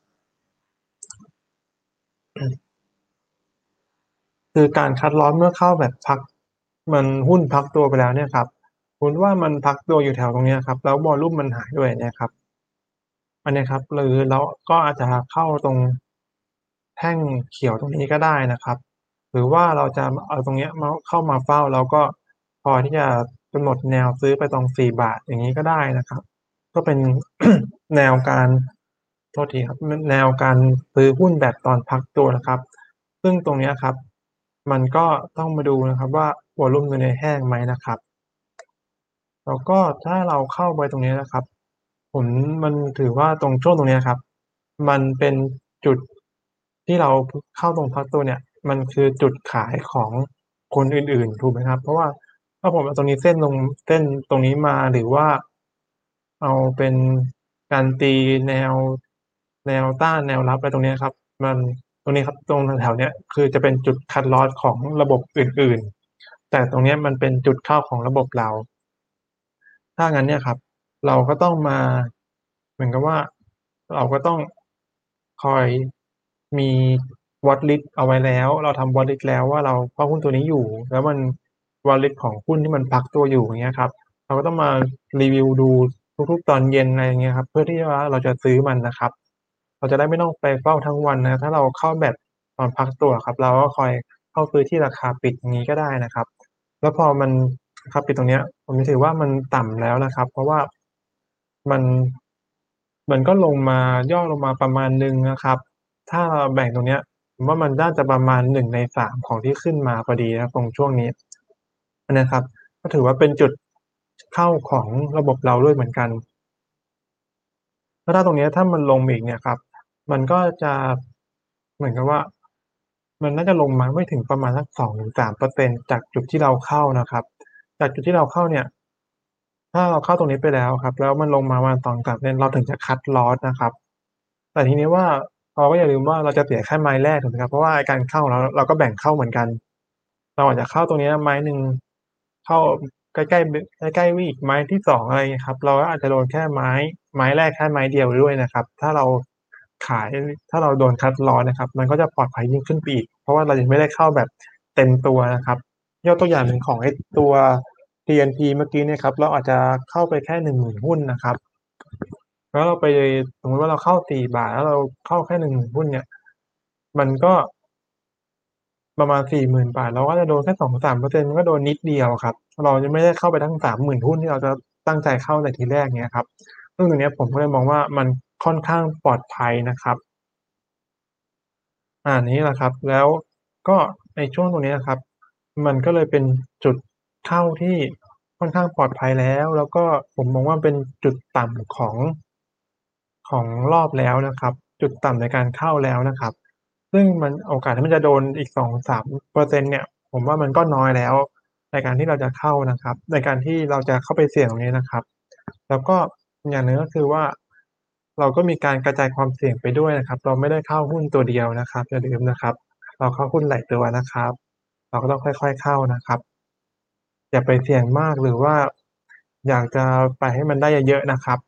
คือการคัดลอสเมื่อเข้าแบบพักมันหุ้นพักตัวไปแล้วเนี่ยครับสมมุติว่ามันพักตัวอยู่แถวตรงเนี้ยครับแล้ววอลลุ่มมันหายด้วยเนี่ยครับ อันเนี้ยครับหรือเราก็อาจจะเข้าตรงแท่งเขียวตรงนี้ก็ได้นะครับหรือว่าเราจะเอาตรงเนี้ยมาเข้ามาเฝ้าแล้วก็พอที่จะกำหนดแนวซื้อไปตรงสี่บาทอย่างงี้ก็ได้นะครับก็เป็นแนวการโทษทีครับนแนวการซื้อหุ้นแบบตอนพักตัวนะครับซึ่งตรงเนี้ยครับมันก็ต้องมาดูนะครับว่าวอลลุ่มตัวเนี้ยแห้งไหมนะครับ แล้วก็ถ้าเราเข้าไปตรงนี้นะครับผลมันถือว่าตรงช่วงตรงเนี้ยครับมันเป็นจุดที่เราพเข้าตรงพักตัวเนี่ยมันคือจุดขายของคนอื่นๆถูกไหมครับเพราะว่าถ้าผมเอาตรงนี้เส้นตรงเส้นตรงนี้มาหรือว่าเอาเป็นการตีแนวแนวต้านแนวรับอะไรตรงเนี้ยครับมันตรงนี้ครับตรงแถวๆเนี้ยคือจะเป็นจุดคัตลอสของระบบอื่นๆแต่ตรงเนี้ยมันเป็นจุดเข้าของระบบเรา ถ้างั้นเนี่ยครับเราก็ต้องมาเหมือนกับว่าเราก็ต้องคอยมี watch list เอาไว้แล้วเราทำ watch list แล้วว่าเราเฝ้าหุ้นตัวนี้อยู่แล้วมัน watch list ของหุ้นที่มันพักตัวอยู่อย่างเงี้ยครับเราก็ต้องมารีวิวดูทุกๆตอนเย็นอะไรอย่างเงี้ยครับเพื่อที่ว่าเราจะซื้อมันนะครับเราจะได้ไม่ต้องไปเฝ้าทั้งวันนะถ้าเราเข้าแบบตอนพักตัวอะครับเราก็คอยเข้าซื้อที่ราคาปิดอย่างงี้ก็ได้นะครับ แล้วพอมันครับปิดตรงเนี้ยผมจะถือว่ามันต่ำแล้วนะครับเพราะว่ามันมันก็ลงมาย่อลงมาประมาณหนึ่งนะครับถ้าเราแบ่งตรงเนี้ยผมว่ามันน่าจะประมาณหนึ่งในสามของที่ขึ้นมาพอดีนะครับตรงช่วงนี้อันเนี้ยครับก็ถือว่าเป็นจุดเข้าของระบบเราด้วยเหมือนกันแล้วถ้าตรงเนี้ยถ้ามันลงมาอีกเนี่ยครับมันก็จะเหมือนกับว่ามันน่าจะลงมาไม่ถึงประมาณสักสองถึงสามเปอร์เซ็นต์จากจุดที่เราเข้านะครับจากจุดที่เราเข้าเนี่ย ถ้าเราเข้าตรงนี้ไปแล้วครับแล้วมันลงมาประมาณสองถึงสามเปอร์เซ็นต์เซ็นต์เราถึงจะคัตลอสนะครับแต่ทีนี้ว่าเราก็อย่าลืมว่าเราจะเสียแค่ไม้แรกถูกไหมครับเพราะว่าไอ้การเข้าของเราเราก็แบ่งเข้าเหมือนกันเราอาจจะเข้าตรงเนี้ยไม้หนึ่งเข้าใกล้ๆบใกล้ๆวิ่งอีกไม้ที่สองอะไรงี้ครับเราก็อาจจะโดนแค่ไม้ไม้แรกแค่ไม้เดียวด้วยนะครับถ้าเราขายถ้าเราโดนคัตลอสนะครับมันก็จะปลอดภัยยิ่งขึ้นไปอีกเพราะว่าเรายังไม่ได้เข้าแบบเต็มตัวนะครับ ยกตัวอย่างหนึ่งของไอ้ตัว ที เอ็น พี เมื่อกี้เนี่ยครับเราอาจจะเข้าไปแค่หนึ่งหมื่นหุ้นนะครับแล้วเราไปสมมุติว่าเราเข้าสี่บาทแล้วเราเข้าแค่หนึ่งหมื่นหุ้นเนี่ยมันก็ประมาณสี่หมื่นบาทเราก็จะโดนแค่สองถึงสามเปอร์เซ็นต์มันก็โดนนิดเดียวอะครับเราจะไม่ได้เข้าไปทั้งสามหมื่นหุ้นที่เราจะตั้งใจเข้าในทีแรกเงี้ยครับซึ่งตรงเนี้ยผมก็เลยมองว่ามันค่อนข้างปลอดภัยนะครับ อานี้แหละครับแล้วก็ในช่วงตรงนี้นะครับมันก็เลยเป็นจุดเข้าที่ค่อนข้างปลอดภัยแล้วแล้วก็ผมมองว่าเป็นจุดต่ำของของรอบแล้วนะครับจุดต่ำในการเข้าแล้วนะครับซึ่งมันโอกาสที่มันจะโดนอีกสองถึงสามเปอร์เซ็นต์เปอร์เซ็นต์เนี่ยผมว่ามันก็น้อยแล้วในการที่เราจะเข้านะครับในการที่เราจะเข้าไปเสี่ยงตรงนี้นะครับ แล้วก็อีกอย่างหนึ่งก็คือว่าเราก็มีการกระจายความเสี่ยงไปด้วยนะครับเราไม่ได้เข้าหุ้นตัวเดียวนะครับอย่าลืมนะครับเราเข้าหุ้นหลายตัวนะครับเราก็ต้องค่อยๆเข้านะครับอย่าไปเสี่ยงมากหรือว่าอยากจะไปให้มันได้เยอะๆนะครับ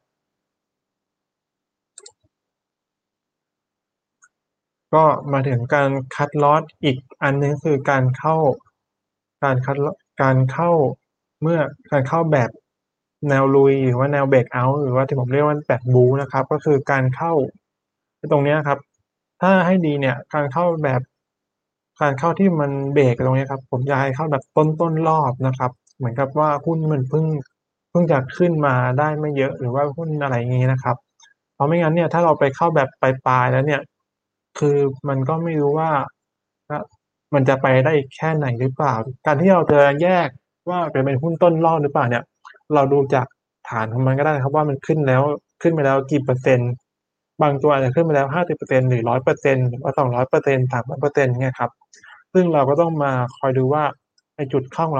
ก็มาถึงการคัตลอสอีกอันหนึ่งก็คือการเข้าการคัตลการเข้าเมื่อการเข้าแบบแนวลุยหรือว่าแนวเบรกเอาต์หรือว่าที่ผมเรียกว่าแบบบูลล์นะครับก็คือการเข้าไอ้ตรงเนี้ยครับถ้าให้ดีเนี่ยการเข้าแบบการเข้าที่มันเบรกตรงเนี้ยครับผมอยากให้เข้าแบบต้นๆรอบนะครับเหมือนกับว่าหุ้นมันเพิ่งเพิ่งจะขึ้นมาได้ไม่เยอะหรือว่าหุ้นอะไรงี้นะครับ เพราะไม่งั้นเนี่ยถ้าเราไปเข้าแบบปลายๆแล้วเนี่ยคือมันก็ไม่รู้ว่าว่ามันจะไปได้อีกแค่ไหนหรือเปล่าการที่เราจะแยกว่าจะเป็นหุ้นต้นรอบหรือเปล่าเนี่ยเราดูจากฐานของมันก็ได้ครับว่ามันขึ้นแล้วขึ้นไปแล้วกี่เปอร์เซ็นต์บางตัวอาจจะขึ้นไปแล้วห้าสิบเปอร์เซ็นต์หรือหนึ่งร้อยเปอร์เซ็นต์หรือว่าสองร้อยเปอร์เซ็นต์สามร้อยเปอร์เซ็นต์เงี้ยครับซึ่งเราก็ต้องมาคอยดูว่าไอ้จุดเข้าของเราเนี่ย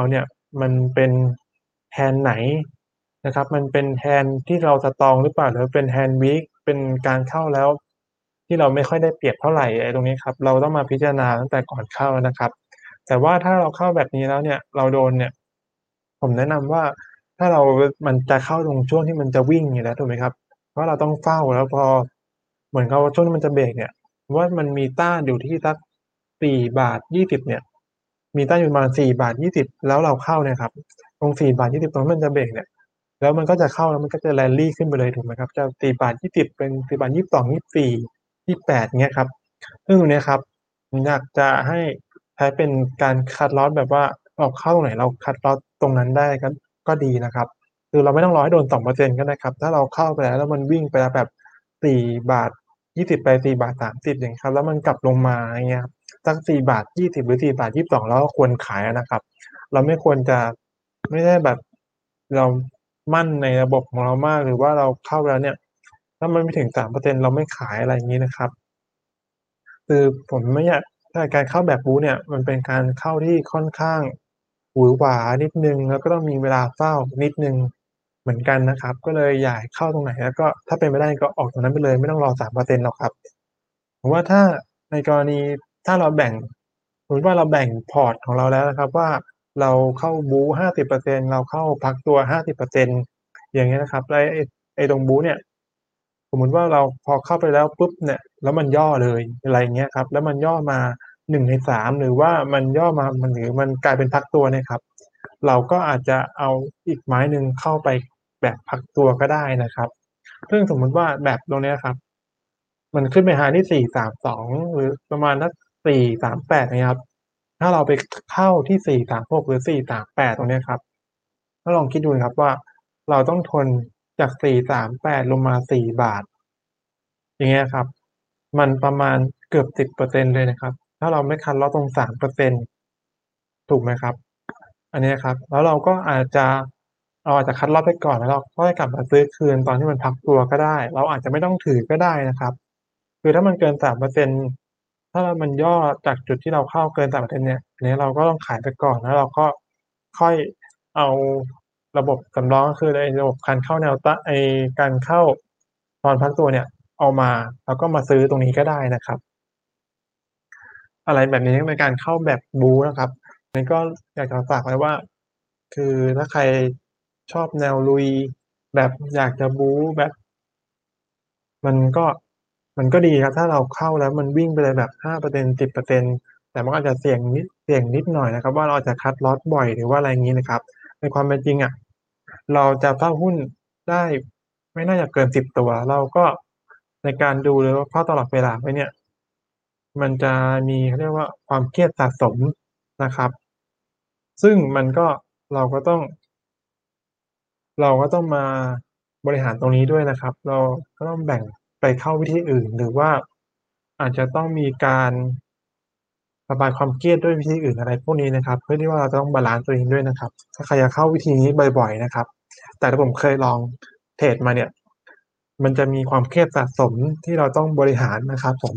มันเป็นแฮนด์ไหนนะครับมันเป็นแฮนด์ที่เราสตรองหรือเปล่าหรือว่าเป็นแฮนด์ weak เป็นการเข้าแล้วที่เราไม่ค่อยได้เปรียบเท่าไรไอ้ตรงนี้ครับเราต้องมาพิจารณาตั้งแต่ก่อนเข้านะครับแต่ว่าถ้าเราเข้าแบบนี้แล้วเนี่ยเราโดนเนี่ยผมแนะนำว่าถ้าเรามันจะเข้าตรงช่วงที่มันจะวิ่งอยู่แล้วถูกไหมครับเพราะเราต้องเฝ้าแล้วพอเหมือนกับว่าช่วงที่มันจะเบรกเนี่ยผมว่ามันมีต้านอยู่ที่สักสี่บาทยี่สิบเนี่ยมีต้านอยู่ประมาณสี่บาทยี่สิบแล้วเราเข้าเนี่ยครับตรงสี่บาทยี่สิบตรงที่มันจะเบรกเนี่ยแล้วมันก็จะเข้าแล้วมันก็จะ rally ขึ้นไปเลยถูกไหมครับจากสี่บาทยี่สิบเป็นสี่บาทยี่สิบสองยี่สิบสี่ยี่สิบแปดเงี้ยครับซึ่งตรงเนี้ยครับผมอยากจะให้ใช้เป็นการคัตลอสแบบว่าเราเข้าตรงไหนเราคัตลอสตรงนั้นได้ก็ก็ดีนะครับคือเราไม่ต้องรอให้โดนสองเปอร์เซ็นต์ก็ได้ครับถ้าเราเข้าไปแล้วแล้วมันวิ่งไปแล้วแบบสี่บาทยี่สิบไปสี่บาทสามสิบอย่างงี้ครับแล้วมันกลับลงมาอย่างเงี้ยครับ สักสี่บาทยี่สิบหรือสี่บาทยี่สิบสองเราก็ควรขายอะนะครับเราไม่ควรจะไม่ได้แบบเรามั่นในระบบของเรามากหรือว่าเราเข้าไปแล้วเนี่ยถ้ามันไม่ถึงสามเปอร์เซ็นต์เราไม่ขายอะไรอย่างงี้นะครับคือผมไม่อยากถ้าการเข้าแบบบู๊เนี่ยมันเป็นการเข้าที่ค่อนข้างหวือหวานิดหนึ่งแล้วก็ต้องมีเวลาเฝ้านิดหนึ่งเหมือนกันนะครับก็เลยอยากให้เข้าตรงไหนแล้วก็ถ้าเป็นไปได้ก็ออกตรงนั้นไปเลยไม่ต้องรอสามเปอร์เซ็นต์หรอกครับ ผมว่าถ้าในกรณีถ้าเราแบ่งสมมุติว่าเราแบ่งพอร์ตของเราแล้วนะครับว่าเราเข้าบู๊ห้าสิบเปอร์เซ็นต์เราเข้าพักตัวห้าสิบเปอร์เซ็นต์อย่างเงี้ยนะครับแล้วไอ้ไอ้ตรงบู๊เนี่ยสมมุติว่าเราพอเข้าไปแล้วปุ๊บเนี่ยแล้วมันย่อเลยอะไรอย่างเงี้ยครับแล้วมันย่อมาหนึ่งในสามหรือว่ามันย่อมามันหรือมันกลายเป็นพักตัวเนี่ยครับเราก็อาจจะเอาอีกไม้หนึ่งเข้าไปแบบพักตัวก็ได้นะครับซึ่งสมมุติว่าแบบตรงเนี้ยครับ มันขึ้นไป high ที่สี่ สาม สองหรือประมาณสักสี่ สาม แปดเงี้ยครับถ้าเราไปขเข้าที่สี่ สาม หกหรือสี่ สาม แปดตรงเนี้ยครับก็ลองคิดดูนะครับว่าเราต้องทนจากสี่ สาม แปดลงมาสี่บาทอย่างเงี้ยครับมันประมาณเกือบสิบเปอร์เซ็นต์เลยนะครับถ้าเราไม่คัตลอสตรงสามเปอร์เซ็นต์ถูกไหมครับอันเนี้ยครับแล้วเราก็อาจจะเราอาจจะคัตลอสไปก่อนแล้วเราค่อยกลับมาซื้อคืนตอนที่มันพักตัวก็ได้เราอาจจะไม่ต้องถือก็ได้นะครับคือถ้ามันเกินสามเปอร์เซ็นต์ถ้ามันย่อจากจุดที่เราเข้าเกินสามเปอร์เซ็นต์เนี่ยอันนี้เราก็ต้องขายไปก่อนแล้วเราก็ค่อยเอาระบบสำรองก็คือไอ้ระบบการเข้าแนวต้านไอ้การเข้าตอนพักตัวเนี่ยเอามาแล้วก็มาซื้อตรงนี้ก็ได้นะครับ อะไรแบบนี้เป็นการเข้าแบบบู๊นะครับอันนี้ก็อยากจะฝากไว้ว่าคือถ้าใครชอบแนวลุยแบบอยากจะบู๊แบบมันก็มันก็ดีครับถ้าเราเข้าแล้วมันวิ่งไปเลยแบบห้าเปอร์เซ็นต์สิบเปอร์เซ็นต์แต่มันก็อาจจะเสี่ยงนิดเสี่ยงนิดหน่อยนะครับว่าเราอาจจะคัตลอสบ่อยหรือว่าอะไรงี้นะครับในความเป็นจริงอะเราจะเฝ้าหุ้นได้ไม่น่าจะเกินสิบตัวเราก็ในการดูเลยว่าเฝ้าตลอดเวลาไว้เนี่ย มันจะมีเขาเรียกว่าความเครียดสะสมนะครับซึ่งมันก็เราก็ต้องเราก็ต้องมาบริหารตรงนี้ด้วยนะครับเราก็ต้องแบ่งไปเข้าวิธีอื่นหรือว่าอาจจะต้องมีการระบายความเครียดด้วยวิธีอื่นอะไรพวกนี้นะครับเพื่อที่ว่าเราจะต้องบาลันซ์ตัวเองด้วยนะครับถ้าใครจะเข้าวิธีนี้บ่อยๆนะครับแต่ที่ผมเคยลองเทรดมาเนี่ยมันจะมีความเครียดสะสมที่เราต้องบริหารนะครับผม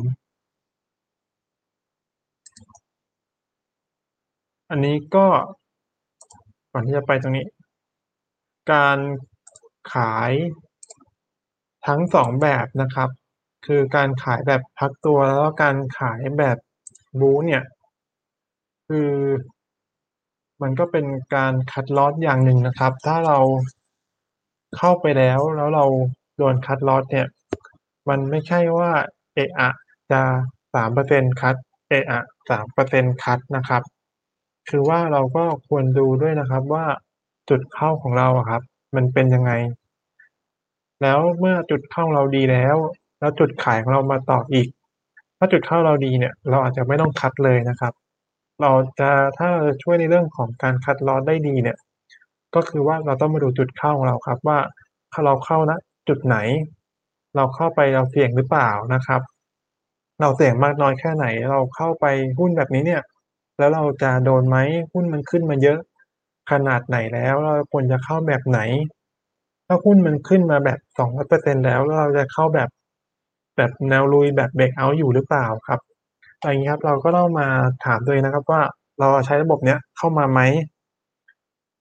อันนี้ก็ก่อนที่จะไปตรงนี้ การขายทั้งสองแบบนะครับคือการขายแบบพักตัวแล้วก็การขายแบบบู๊เนี่ยคือมันก็เป็นการคัตลอสอย่างหนึ่งนะครับถ้าเราเข้าไปแล้วแล้วเราโดนคัตลอสเนี่ยมันไม่ใช่ว่าเอะอะจะสามเปอร์เซ็นต์คัตเอะอะสามเปอร์เซ็นต์คัตนะครับคือว่าเราก็ควรดูด้วยนะครับว่าจุดเข้าของเราอะครับมันเป็นยังไง แล้วเมื่อจุดเข้าเราดีแล้วแล้วจุดขายของเรามาต่ออีกถ้าจุดเข้าเราดีเนี่ยเราอาจจะไม่ต้องคัตเลยนะครับเราจะถ้าเราจะช่วยในเรื่องของการคัตลอสได้ดีเนี่ยก็คือว่าเราต้องมาดูจุดเข้าของเราครับว่าถ้าเราเข้าณจุดไหนเราเข้าไปเราเสี่ยงหรือเปล่านะครับเราเสี่ยงมากน้อยแค่ไหนเราเข้าไปหุ้นแบบนี้เนี่ยแล้วเราจะโดนไหมหุ้นมันขึ้นมาเยอะขนาดไหนแล้วเราควรจะเข้าแบบไหน ถ้าหุ้นมันขึ้นมาแบบสองร้อยเปอร์เซ็นต์แล้วแล้วเราจะเข้าแบบแบบแนวรุยแบบเบรกเอาต์อยู่หรือเปล่าครับอะไรงี้ครับเราก็ต้องมาถามตัวเองนะครับว่าเราอะใช้ระบบเนี้ยเข้ามาไหม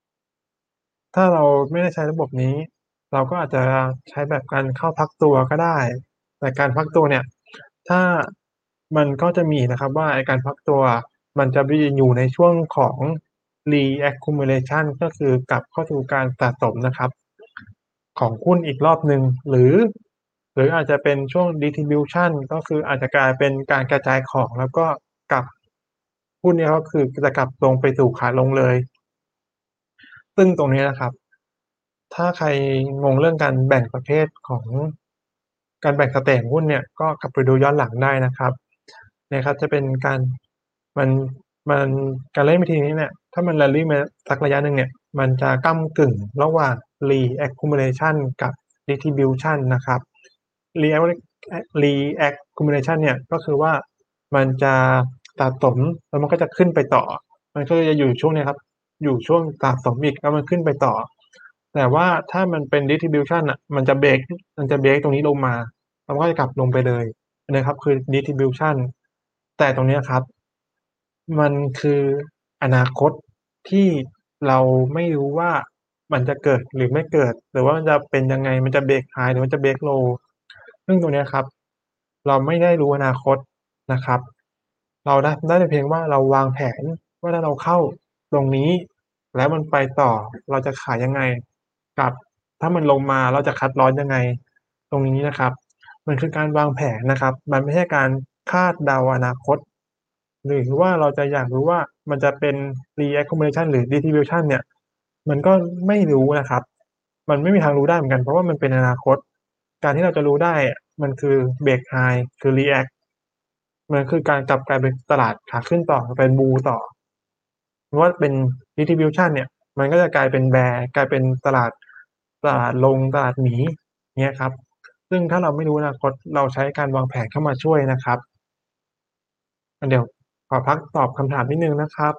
ถ้าเราไม่ได้ใช้ระบบนี้เราก็อาจจะใช้แบบการเข้าพักตัวก็ได้แต่การพักตัวเนี่ยถ้ามันก็จะมีนะครับว่าไอ้การพักตัวอะมันจะไปอยู่ในช่วงของ re-accumulation ก็คือกลับเข้าสู่การสะสมนะครับของหุ้นอีกรอบหนึ่งหรือหรืออาจจะเป็นช่วง distribution ก็คืออาจจะกลายเป็นการกระจายของแล้วก็กลับหุ้นเนี่ยก็คือจะกลับลงไปสู่ขาลงเลย ซึ่งตรงนี้นะครับ ถ้าใครงงเรื่องการแบ่งประเภทของการแบ่งสเตจหุ้นเนี่ยก็กลับไปดูย้อนหลังได้นะครับนะครับจะเป็นการมันมันการเล่นวิธีนี้เนี่ยถ้ามัน rally มาสักระยะหนึ่งเนี่ยมันจะก้ำกึ่งระหว่าง re-accumulation กับ distribution นะครับ reac re-accumulation เนี่ยก็คือว่ามันจะสะสมแล้วมันก็จะขึ้นไปต่อมันก็จะอยู่ช่วงเนี้ยครับ อยู่ช่วงสะสมอีกแล้วมันขึ้นไปต่อแต่ว่าถ้ามันเป็น distribution น่ะมันจะเบรกมันจะเบรกตรงนี้ลงมาแล้วมันก็จะกลับลงไปเลยอันเนี้ยครับคือ distribution แต่ตรงเนี้ยครับมันคืออนาคตที่เราไม่รู้ว่ามันจะเกิดหรือไม่เกิดหรือว่ามันจะเป็นยังไงมันจะเบรก high หรือมันจะเบรก low ซึ่งตรงเนี้ยครับเราไม่ได้รู้อนาคตนะครับเราได้ได้แต่เพียงว่าเราวางแผนว่าถ้าเราเข้าตรงนี้ แล้วมันไปต่อเราจะขายยังไงกับถ้ามันลงมาเราจะคัดลอสยังไงตรงนี้นะครับมันคือการวางแผนนะครับมันไม่ใช่การคาดเดาอนาคตหรือว่าเราจะอยากรู้ว่ามันจะเป็น re-accumulation หรือ distribution เนี่ยมันก็ไม่รู้นะครับมันไม่มีทางรู้ได้เหมือนกันเพราะว่ามันเป็นอนาคตการที่เราจะรู้ได้อะมันคือ break high คือ react มันคือการกลับกลายเป็นตลาดขาขึ้นต่อเป็น bull ต่อ เพราะว่าเป็น distribution เนี่ยมันก็จะกลายเป็น bear กลายเป็นตลาดตลาดลงตลาดหมีเงี้ยครับซึ่งถ้าเราไม่รู้อนาคตเราใช้การวางแผนเข้ามาช่วยนะครับงั้นเดี๋ยวขอพักตอบคำถามนิดหนึ่งนะครับ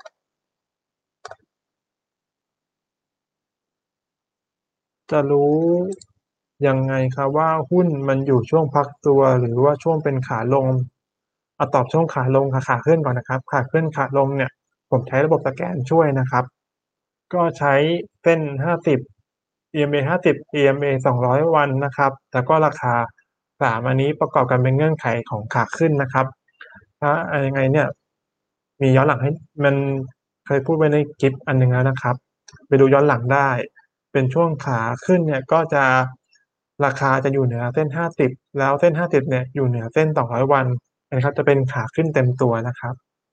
จะรู้ยังไงครับว่าหุ้นมันอยู่ช่วงพักตัวหรือว่าช่วงเป็นขาลงเอาตอบช่วงขาลงกับขาขึ้นก่อนนะครับขาขึ้นขาลงเนี่ยผมใช้ระบบสแกนช่วยนะครับ ก็ใช้เส้นห้าสิบ อี เอ็ม เอ ห้าสิบ อี เอ็ม เอ สองร้อยวันนะครับแล้วก็ราคาสามอันนี้ประกอบกันเป็นเงื่อนไขของขาขึ้นนะครับถ้าอ่ายังไงเนี่ยมีย้อนหลังให้มันเคยพูดไว้ในคลิปอันหนึ่งแล้วนะครับไปดูย้อนหลังได้เป็นช่วงขาขึ้นเนี่ยก็จะราคาจะอยู่เหนือเส้นห้าสิบแล้วเส้นห้าสิบเนี่ยอยู่เหนือเส้นสองร้อยวันอันนี้ครับจะเป็นขาขึ้นเต็มตัวนะครับ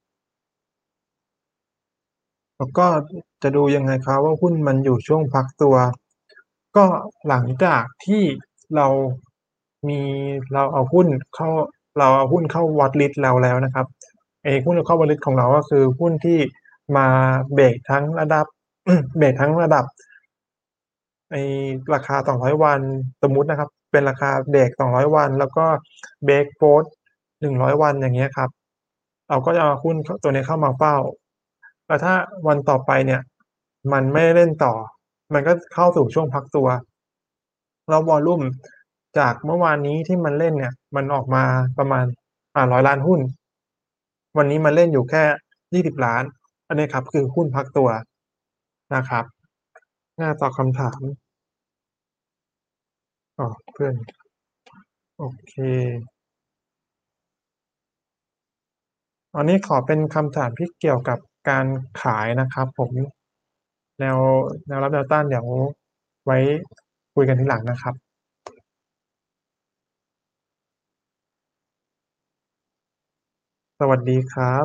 แล้วก็จะดูยังไงครับว่าหุ้นมันอยู่ช่วงพักตัวก็หลังจากที่เรามีเราเอาหุ้นเข้าเราเอาหุ้นเข้า watchlist เราแล้วนะครับไอ้หุ้นเข้า watchlist ของเราก็คือหุ้นที่มาเบรกทั้งระดับเบรกทั้งระดับไอ้ราคาสองร้อยวันสมมุตินะครับเป็นราคาเบรกสองร้อยวันแล้วก็เบรก Pivot หนึ่งร้อยวันอย่างเงี้ยครับเราก็จะเอาหุ้นขตัวนี้เข้ามาเฝ้า แล้วถ้าวันต่อไปเนี่ยมันไม่ได้เล่นต่อมันก็เข้าสู่ช่วงพักตัวแล้ววอลลุ่มจากเมื่อวานนี้ที่มันเล่นเนี่ยมันออกมาประมาณอ่าหนึ่งร้อยล้านหุ้นวันนี้มันเล่นอยู่แค่ยี่สิบล้านอันนี้ครับคือหุ้นพักตัวนะครับน่าตอบคำถามอ้าวเพื่อนโอเคอันนี้ขอเป็นคำถามที่เกี่ยวกับการขายนะครับผมแนวแนวรับแนวต้านเดี๋ยวไว้คุยกันทีหลังนะครับสวัสดีครับ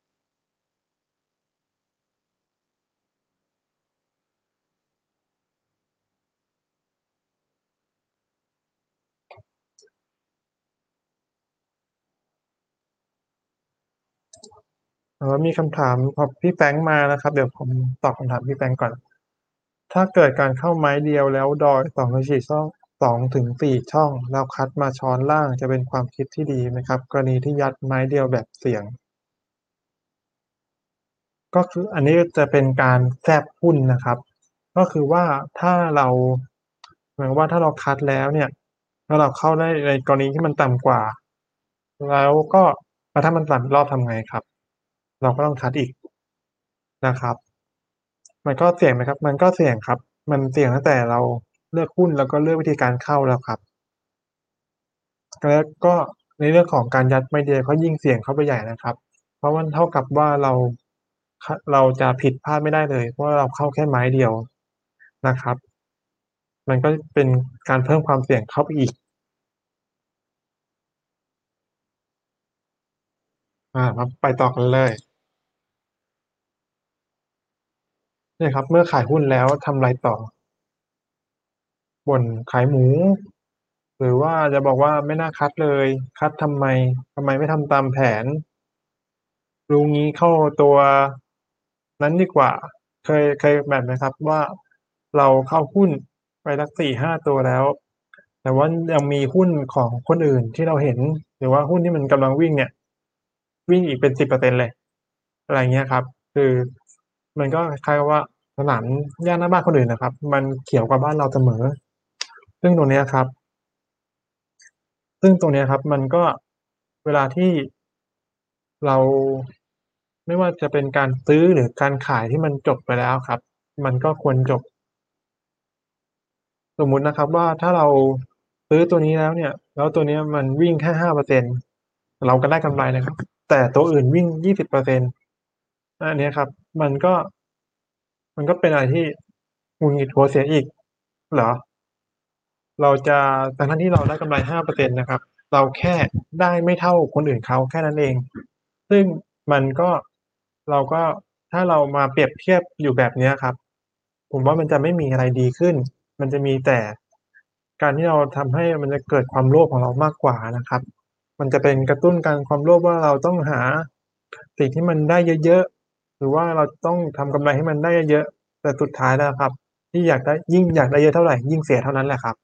เอ่อมีคำถามของพี่แฟรงค์มานะครับเดี๋ยวผมตอบคำถามพี่แฟรงค์ก่อนถ้าเกิดการเข้าไม้เดียวแล้วดอยสองถึงสี่ช่องสองถึงสี่ช่องแล้วคัดมาช้อนล่างจะเป็นความคิดที่ดีไหมครับกรณีที่ยัดไม้เดียวแบบเสี่ยงก็คืออันนี้จะเป็นการแทรกหุ้นนะครับก็คือว่าถ้าเราเหมือนกับว่าถ้าเราคัดแล้วเนี่ยแล้วเราเข้าได้ในกรณีที่มันต่ำกว่าแล้วก็แล้วถ้ามันต่ำอีกรอบทำไงครับเราก็ต้องคัดอีกนะครับมันก็เสี่ยงไหมครับมันก็เสี่ยงครับมันเสี่ยงตั้งแต่เราเลือกหุ้นแล้วก็เลือกวิธีการเข้าแล้วครับแล้วก็ในเรื่องของการยัดไม้เดียวก็ยิ่งเสี่ยงเข้าไปใหญ่นะครับเพราะมันเท่ากับว่าเราขเราจะผิดพลาดไม่ได้เลยเพราะว่าเราเข้าแค่ไม้เดียวนะครับมันก็เป็นการเพิ่มความเสี่ยงเข้าไปอีกอาครับไปต่อกันเลยเนี่ยครับเมื่อขายหุ้นแล้วทำไรต่อบ่นขายหมูหรือว่าจะบอกว่าไม่น่าคัดเลยคัดทำไมทำไมไม่ทำตามแผน รู้งี้เข้าตัวนั้นดีกว่าเคยเคยแบบไหมครับว่าเราเข้าหุ้นไปสักสี่ถึงห้าตัวแล้วแต่ว่ายังมีหุ้นของคนอื่นที่เราเห็นหรือว่าหุ้นที่มันกำลังวิ่งเนี่ยวิ่งอีกเป็นสิบเปอร์เซ็นต์เลยอะไรเงี้ยครับคือมันก็คล้ายๆกับว่าสนามหญ้าหน้าบ้านคนอื่นน่ะครับมันเขียวกว่าบ้านเราเสมอซึ่งตรงเนี้ยครับ ซึ่งตรงเนี้ยครับมันก็เวลาที่เราไม่ว่าจะเป็นการซื้อหรือการขายที่มันจบไปแล้วครับมันก็ควรจบสมมุตินะครับว่าถ้าเราซื้อตัวนี้แล้วเนี่ยแล้วตัวเนี้ยมันวิ่งแค่ห้าเปอร์เซ็นต์เราก็ได้กำไรนะครับแต่ตัวอื่นวิ่งยี่สิบเปอร์เซ็นต์อาอันเนี้ยครับมันก็มันก็เป็นอะไรที่หงุดหงิดหัวเสียอีกเหรอ เราจะทั้งๆที่เราได้กำไรห้าเปอร์เซ็นต์นะครับเราแค่ได้ไม่เท่าคนอื่นเขาแค่นั้นเองซึ่งมันก็เราก็ถ้าเรามาเปรียบเทียบอยู่แบบเนี้ยครับผมว่ามันจะไม่มีอะไรดีขึ้นมันจะมีแต่การที่เราทำให้มันจะเกิดความโลภของเรามากกว่านะครับมันจะเป็นกระตุ้นการความโลภว่าเราต้องหาสิ่งที่มันได้เยอะๆหรือว่าเราต้องทำกำไรให้มันได้เยอะๆแต่สุดท้ายแล้วอะครับที่อยากได้ยิ่งอยากได้เยอะเท่าไรยิ่งเสียเท่านั้นแหละครับ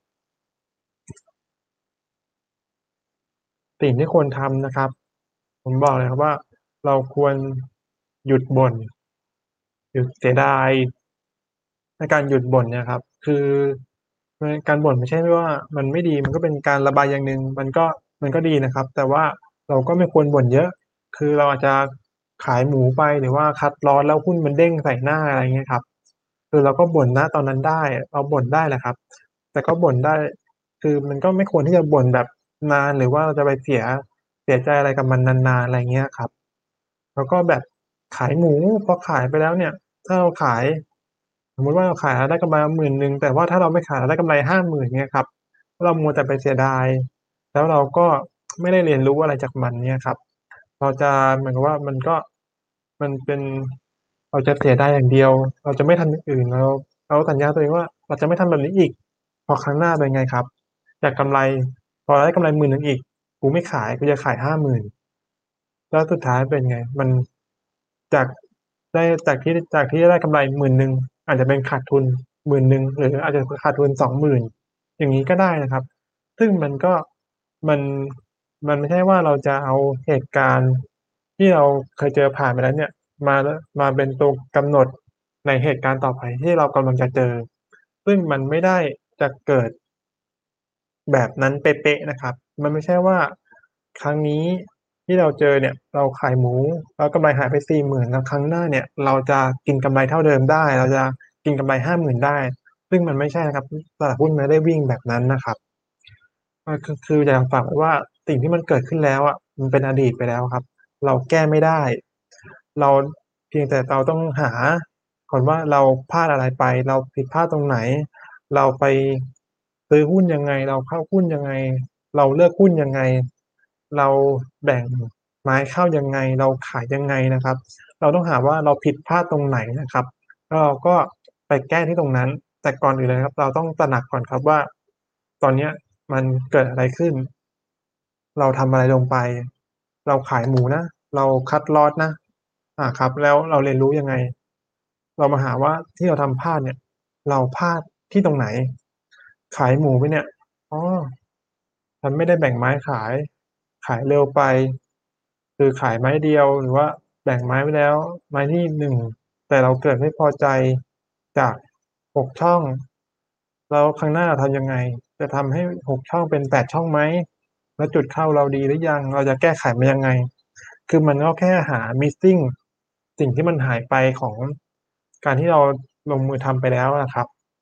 สิ่งที่ควรทำนะครับผมบอกเลยครับว่าเราควรหยุดบ่นหยุดเสียดายในการหยุดบ่นเนี่ยครับคือเออการบ่นไม่ใช่ว่ามันไม่ดีมันก็เป็นการระบายอย่างหนึ่งมันก็มันก็ดีนะครับแต่ว่าเราก็ไม่ควรบ่นเยอะคือเราอาจจะขายหมูไปหรือว่าคัดลอสแล้วหุ้นมันเด้งใส่หน้าอะไรเงี้ยครับคือเราก็บ่นณตอนนั้นได้เราบ่นได้แหละครับแต่ก็บ่นได้คือมันก็ไม่ควรที่จะบ่นแบบนานหรือว่าเราจะไปเสีย เสียใจอะไรกับมันนานๆอะไรเงี้ยครับแล้วก็แบบขายหมูพอขายไปแล้วเนี่ยถ้าเราขายสมมุติว่าเราขายแล้วได้กำไรมาหมื่นหนึ่งแต่ว่าถ้าเราไม่ขายเราได้กำไรห้าหมื่นเงี้ยครับเรามัวแต่ไปเสียดายแล้วเราก็ไม่ได้เรียนรู้อะไรจากมันเนี่ยครับเราจะเหมือนกับว่ามันก็มันเป็นเราจะเสียดายอย่างเดียวเราจะไม่ทำอย่างอื่นเราเราสัญญาตัวเองว่าเราจะไม่ทำแบบนี้อีกพอครั้งหน้าเป็นไงครับจากกำไรพอได้กำไรหมื่นหนึ่งอีก กูไม่ขายกูจะขายห้าหมื่นแล้วสุดท้ายเป็นไงมันจากได้จากที่จากที่จะได้กำไรหมื่นหนึ่งอาจจะเป็นขาดทุนหมื่นหนึ่งหรืออาจจะขาดทุนสองหมื่นอย่างงี้ก็ได้นะครับซึ่งมันก็มันมันไม่ใช่ว่าเราจะเอาเหตุการณ์ที่เราเคยเจอผ่านมาแล้วเนี่ยมาลมาเป็นตัวกำหนดในเหตุการณ์ต่อไปที่เรากำลังจะเจอซึ่งมันไม่ได้จะเกิด แบบนั้นเป๊ะๆนะครับมันไม่ใช่ว่าครั้งนี้ที่เราเจอเนี่ยเราขายหมูแล้วกำไรหายไปสี่หมื่นแล้วครั้งหน้าเนี่ยเราจะกินกำไรเท่าเดิมได้เราจะกินกำไรห้าหมื่นได้ซึ่งมันไม่ใช่นะครับตลาดหุ้นมันไม่ได้วิ่งแบบนั้นนะครับอาคือคืออยากฝากไว้ว่าสิ่งที่มันเกิดขึ้นแล้วอะมันเป็นอดีตไปแล้วครับเราแก้ไม่ได้เราเพียงแต่เราต้องหาก่อนว่าเราพลาดอะไรไปเราผิดพลาดตรงไหน เราไปซื้อหุ้นยังไงเราเข้าหุ้นยังไงเราเลือกหุ้นยังไงเราแบ่งไม้เข้ายังไงเราขายยังไงนะครับเราต้องหาว่าเราผิดพลาดตรงไหนนะครับแล้วเราก็ไปแก้ที่ตรงนั้นแต่ก่อนอื่นเลยนะครับเราต้องตระหนักก่อนครับว่าตอนเนี้ยมันเกิดอะไรขึ้นเราทำอะไรลงไปเราขายหมูนะเราคัตลอสนะอาครับแล้วเราเรียนรู้ยังไงเรามาหาว่าที่เราทำพลาดเนี่ย เราพลาดที่ตรงไหนขายหมูไปเนี่ยอ๋อฉันไม่ได้แบ่งไม้ขายขายเร็วไปคือขายไม้เดียวหรือว่าแบ่งไม้ไว้แล้วไม้ที่หนึ่งแต่เราเกิดไม่พอใจจากหกช่องแล้วครั้งหน้าเราทำยังไงจะทำให้หกช่องเป็นแปดช่องไหมแล้วจุดเข้าเราดีหรือยังเราจะแก้ไขมันยังไงคือมันก็แค่หา missing สิ่งที่มันหายไปของการที่เราลงมือทำไปแล้วอะครับ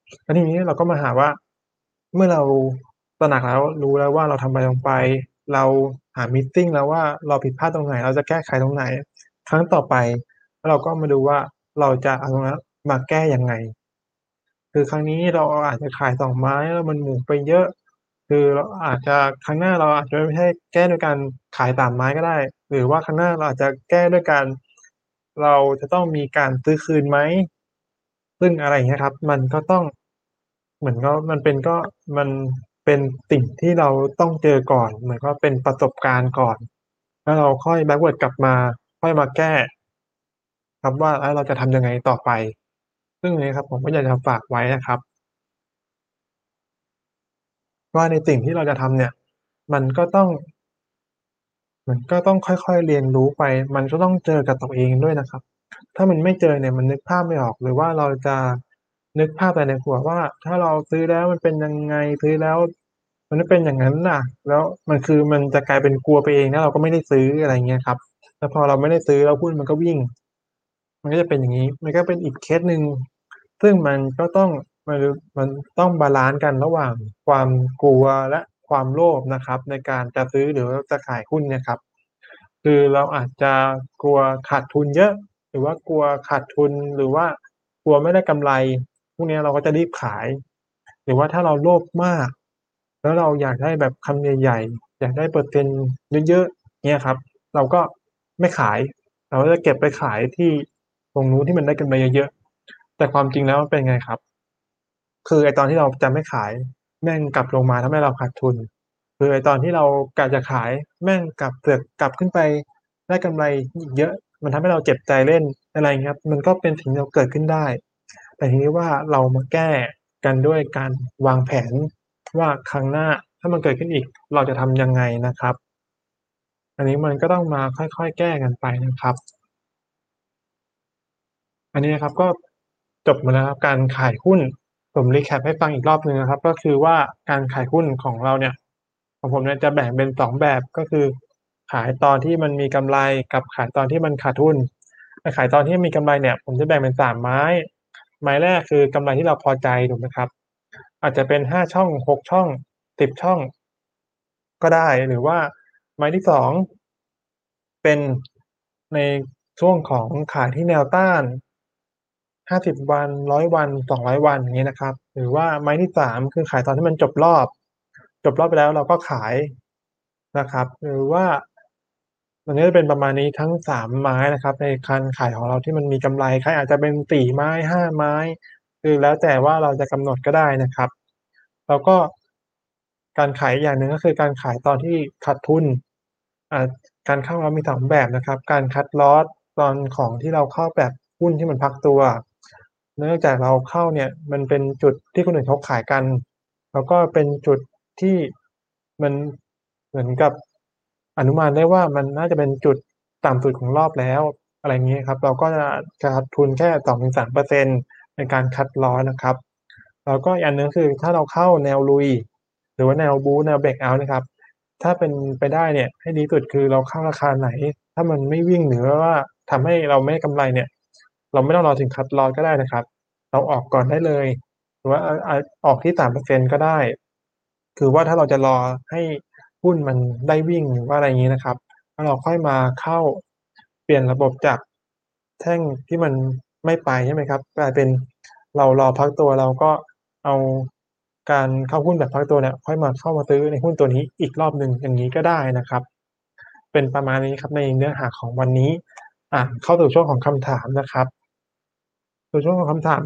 แล้วทีนี้เราก็มาหาว่าเมื่อเราตระหนักแล้วรู้แล้วว่าเราทำอะไรลงไปเราหามิตติงแล้วว่าเราผิดพลาดตรงไหนเราจะแก้ไขตรงไหนครั้งต่อไปแล้วเราก็มาดูว่าเราจะเอาตรงนั้นมาแก้ยังไงคือครั้งนี้เราอาจจะขายสองไม้แล้วมันหมูไปเยอะคือเราอาจจะครั้งหน้าเราอาจจะไม่ใช่แก้ด้วยการขายสามไม้ก็ได้หรือว่าครั้งหน้าเราอาจจะแก้ด้วยการเราจะต้องมีการซื้อคืนไหม ซึ่งอะไรอย่างเงี้ยครับมันก็ต้องเหมือนก็มันเป็นก็มันเป็นสิ่งที่เราต้องเจอก่อนเหมือนก็เป็นประสบการณ์ก่อนแล้วเราค่อย backward กลับมาค่อยมาแก้ครับว่าแล้วเราจะทำยังไงต่อไปซึ่งอันนี้ครับผมก็อยากจะฝากไว้นะครับว่าในสิ่งที่เราจะทำเนี่ยมันก็ต้องมันก็ต้องค่อยๆเรียนรู้ไปมันก็ต้องเจอกับตัวเองด้วยนะครับ ถ้ามันไม่เจอเนี่ยมันนึกภาพไม่ออกหรือว่าเราจะนึกภาพแต่ในหัวว่าถ้าเราซื้อแล้วมันเป็นยังไงซื้อแล้วมันไม่เป็นอย่างนั้นน่ะแล้วมันคือมันจะกลายเป็นกลัวไปเองแล้วเราก็ไม่ได้ซื้ออะไรอย่างเงี้ยครับแล้วพอเราไม่ได้ซื้อแล้วหุ้นมันก็วิ่งมันก็จะเป็นอย่างงี้มันก็เป็นอีกเคสหนึ่งซึ่งมันก็ต้องมันมันต้องบาลันซ์กันระหว่างความกลัวและความโลภนะครับในการจะซื้อหรือว่าจะขายหุ้นเนี่ยครับ คือเราอาจจะกลัวขาดทุนเยอะหรือว่ากลัวขาดทุนหรือว่ากลัวไม่ได้กำไรพวกเนี้ยเราก็จะรีบขายหรือว่าถ้าเราโลภมากแล้วเราอยากได้แบบคำใหญ่ๆอยากได้เปอร์เซ็นต์เยอะๆเงี้ยครับเราก็ไม่ขายเราก็จะเก็บไปขายที่ตรงนู้นที่มันได้กำไรเยอะๆแต่ความจริงแล้วมันเป็นไงครับ คือไอ้ตอนที่เราจะไม่ขายแม่งกลับลงมาทำให้เราขาดทุนคือไอ้ตอนที่เรากะจะขายแม่งกลับเสือกกลับขึ้นไปได้กำไรอีกเยอะมันทำให้เราเจ็บใจเล่นอะไรอย่างเงี้ยครับมันก็เป็นสิ่งที่เราเกิดขึ้นได้แต่ทีนี้ว่าเรามาแก้กันด้วยการวางแผนว่าครั้งหน้าถ้ามันเกิดขึ้นอีกเราจะทำยังไงนะครับอันนี้มันก็ต้องมาค่อยๆแก้กันไปนะครับ อันนี้นะครับก็จบมาแล้วครับการขายหุ้นผม recap ให้ฟังอีกรอบหนึ่งนะครับก็คือว่าการขายหุ้นของเราเนี่ยของผมเนี่ยจะแบ่งเป็นสองแบบก็คือขายตอนที่มันมีกำไรกับขายตอนที่มันขาดทุนไอ้ขายตอนที่มีกำไรเนี่ยผมจะแบ่งเป็นสามไม้ไม้แรกคือกำไรที่เราพอใจถูกไหมครับอาจจะเป็นห้าช่องหกช่องสิบช่องก็ได้หรือว่าไม้ที่สองเป็นในช่วงของขายที่แนวต้าน ห้าสิบวันหนึ่งร้อยวันสองร้อยวันอย่างงี้นะครับหรือว่าไม้ที่สามคือขายตอนที่มันจบรอบจบรอบไปแล้วเราก็ขายนะครับหรือว่าอันนี้จะเป็นประมาณนี้ทั้งสามไม้นะครับในการขายของเราที่มันมีกำไรใครอาจจะเป็นสี่ไม้ห้าไม้คือแล้วแต่ว่าเราจะกำหนดก็ได้นะครับแล้วก็การขายอีกอย่างหนึ่งก็คือการขายตอนที่ขาดทุนอ่าการเข้าเรามีสองแบบนะครับการ cut loss ตอนของที่เราเข้าแบบหุ้นที่มันพักตัว เนื่องจากเราเข้าเนี่ยมันเป็นจุดที่คนอื่นเขาขายกันแล้วก็เป็นจุดที่มันเหมือนกับอนุมานได้ว่ามันน่าจะเป็นจุดต่ำสุดของรอบแล้วอะไรงี้ครับเราก็จะขาดทุนแค่สองถึงสามเปอร์เซ็นต์ในการคัตลอสนะครับแล้วก็อีกอันหนึ่งคือถ้าเราเข้าแนวลุยหรือว่าแนวบูลต์แนวเบรกเอาต์นะครับถ้าเป็นไปได้เนี่ยให้ดีที่สุดคือเราเข้าราคาไหนถ้ามันไม่วิ่งหรือว่าทำให้เราไม่ได้กำไรเนี่ยเราไม่ต้องรอถึงคัตลอสก็ได้นะครับ เราออกก่อนได้เลยหรือว่าอ่าอ่าออกที่สามเปอร์เซ็นต์ก็ได้คือว่าถ้าเราจะรอให้หุ้นมันได้วิ่งหรือว่าอะไรงี้นะครับแล้วเราค่อยมาเข้าเปลี่ยนระบบจากแท่งที่มันไม่ไปใช่ไหมครับกลายเป็นเรารอพักตัวเราก็เอาการเข้าหุ้นแบบพักตัวเนี่ยค่อยมาเข้ามาซื้อในหุ้นตัวนี้อีกรอบหนึ่งอย่างงี้ก็ได้นะครับเป็นประมาณนี้ครับในเนื้อหาของวันนี้อ่าเข้าสู่ช่วงของคำถามนะครับสู่ช่วงของคำถาม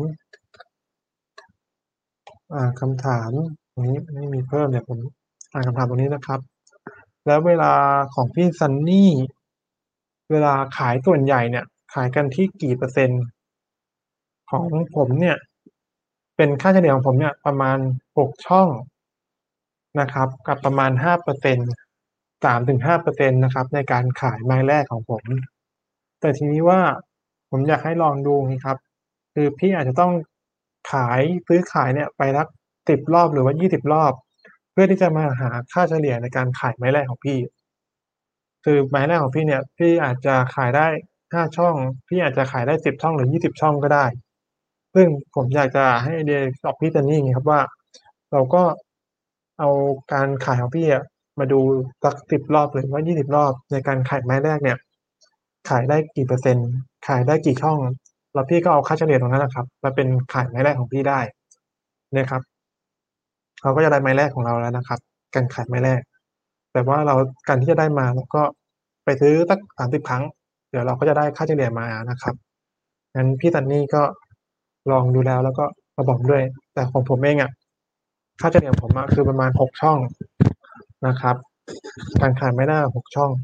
อ่าคำถามตรงนี้ไม่มีเพิ่มเดี๋ยวผมอ่านคำถามตรงนี้นะครับแล้วเวลาของพี่ซันนี่เวลาขายส่วนใหญ่เนี่ยขายกันที่กี่เปอร์เซ็นต์ของผมเนี่ยเป็นค่าเฉลี่ยของผมเนี่ยประมาณหกช่องนะครับกับประมาณห้าเปอร์เซ็นต์ สามถึงห้าเปอร์เซ็นต์นะครับในการขายไม้แรกของผมแต่ทีนี้ว่าผมอยากให้ลองดูงี้ครับคือพี่อาจจะต้องขายซื้อขายเนี่ยไปสักสิบรอบหรือว่ายี่สิบรอบเพื่อที่จะมาหาค่าเฉลี่ยในการขายไม้แรกของพี่คือไม้แรกของพี่เนี่ยพี่อาจจะขายได้ห้าช่องพี่อาจจะขายได้สิบช่องหรือยี่สิบช่องก็ได้ซึ่งผมอยากจะให้ไอเดียกับพี่ซันนี่อย่างงี้ครับว่าเราก็เอาการขายของพี่อะมาดูสักสิบรอบหรือว่ายี่สิบรอบในการขายไม้แรกเนี่ยขายได้กี่เปอร์เซ็นต์ขายได้กี่ช่องแล้วพี่ก็เอาค่าเฉลี่ยตรงนั้นอะครับมาเป็นขายไม้แรกของพี่ได้นะครับเราก็จะได้ไม้แรกของเราแล้วนะครับการขายไม้แรกแต่ว่าเราการที่จะได้มาเราก็ไปซื้อสักสามสิบครั้งเดี๋ยวเราก็จะได้ค่าเฉลี่ยมานะครับ งั้นพี่ซันนี่ก็ลองดูแล้วแล้วก็มาบอกด้วยแต่ของผมเองอะค่าเฉลี่ยของผมอะคือประมาณหกช่องนะครับการขายไม่น่าหกช่อง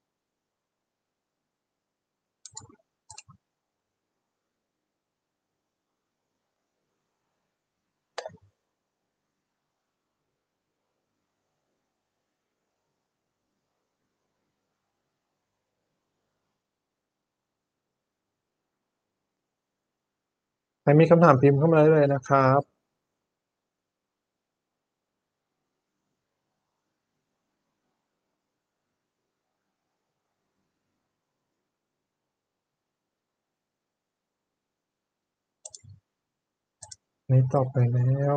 ใครมีคำถามพิมพ์เข้ามาได้เลยนะครับอันนี้ตอบไปแล้ว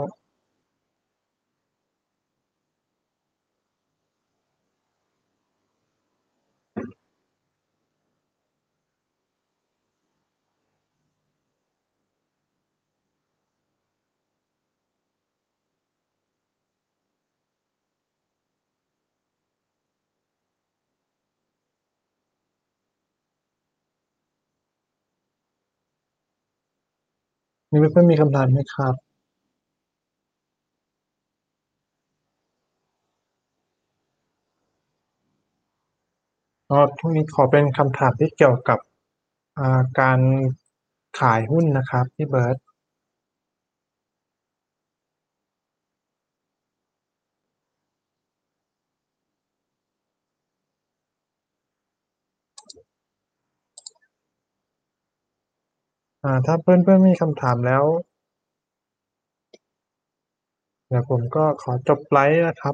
มีเพื่อนๆมีคำถามไหมครับก็ช่วงนี้ขอเป็นคำถามที่เกี่ยวกับอ่าการขายหุ้นนะครับพี่เบิร์ตอ่าถ้าเพื่อนๆมีคำถามแล้วเดี๋ยวผมก็ขอจบไลฟ์นะครับ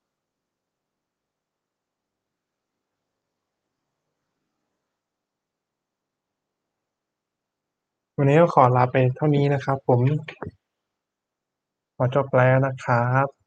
วันนี้ก็ขอลาไปเท่านี้นะครับผมขอจบไลฟ์แล้วนะครับ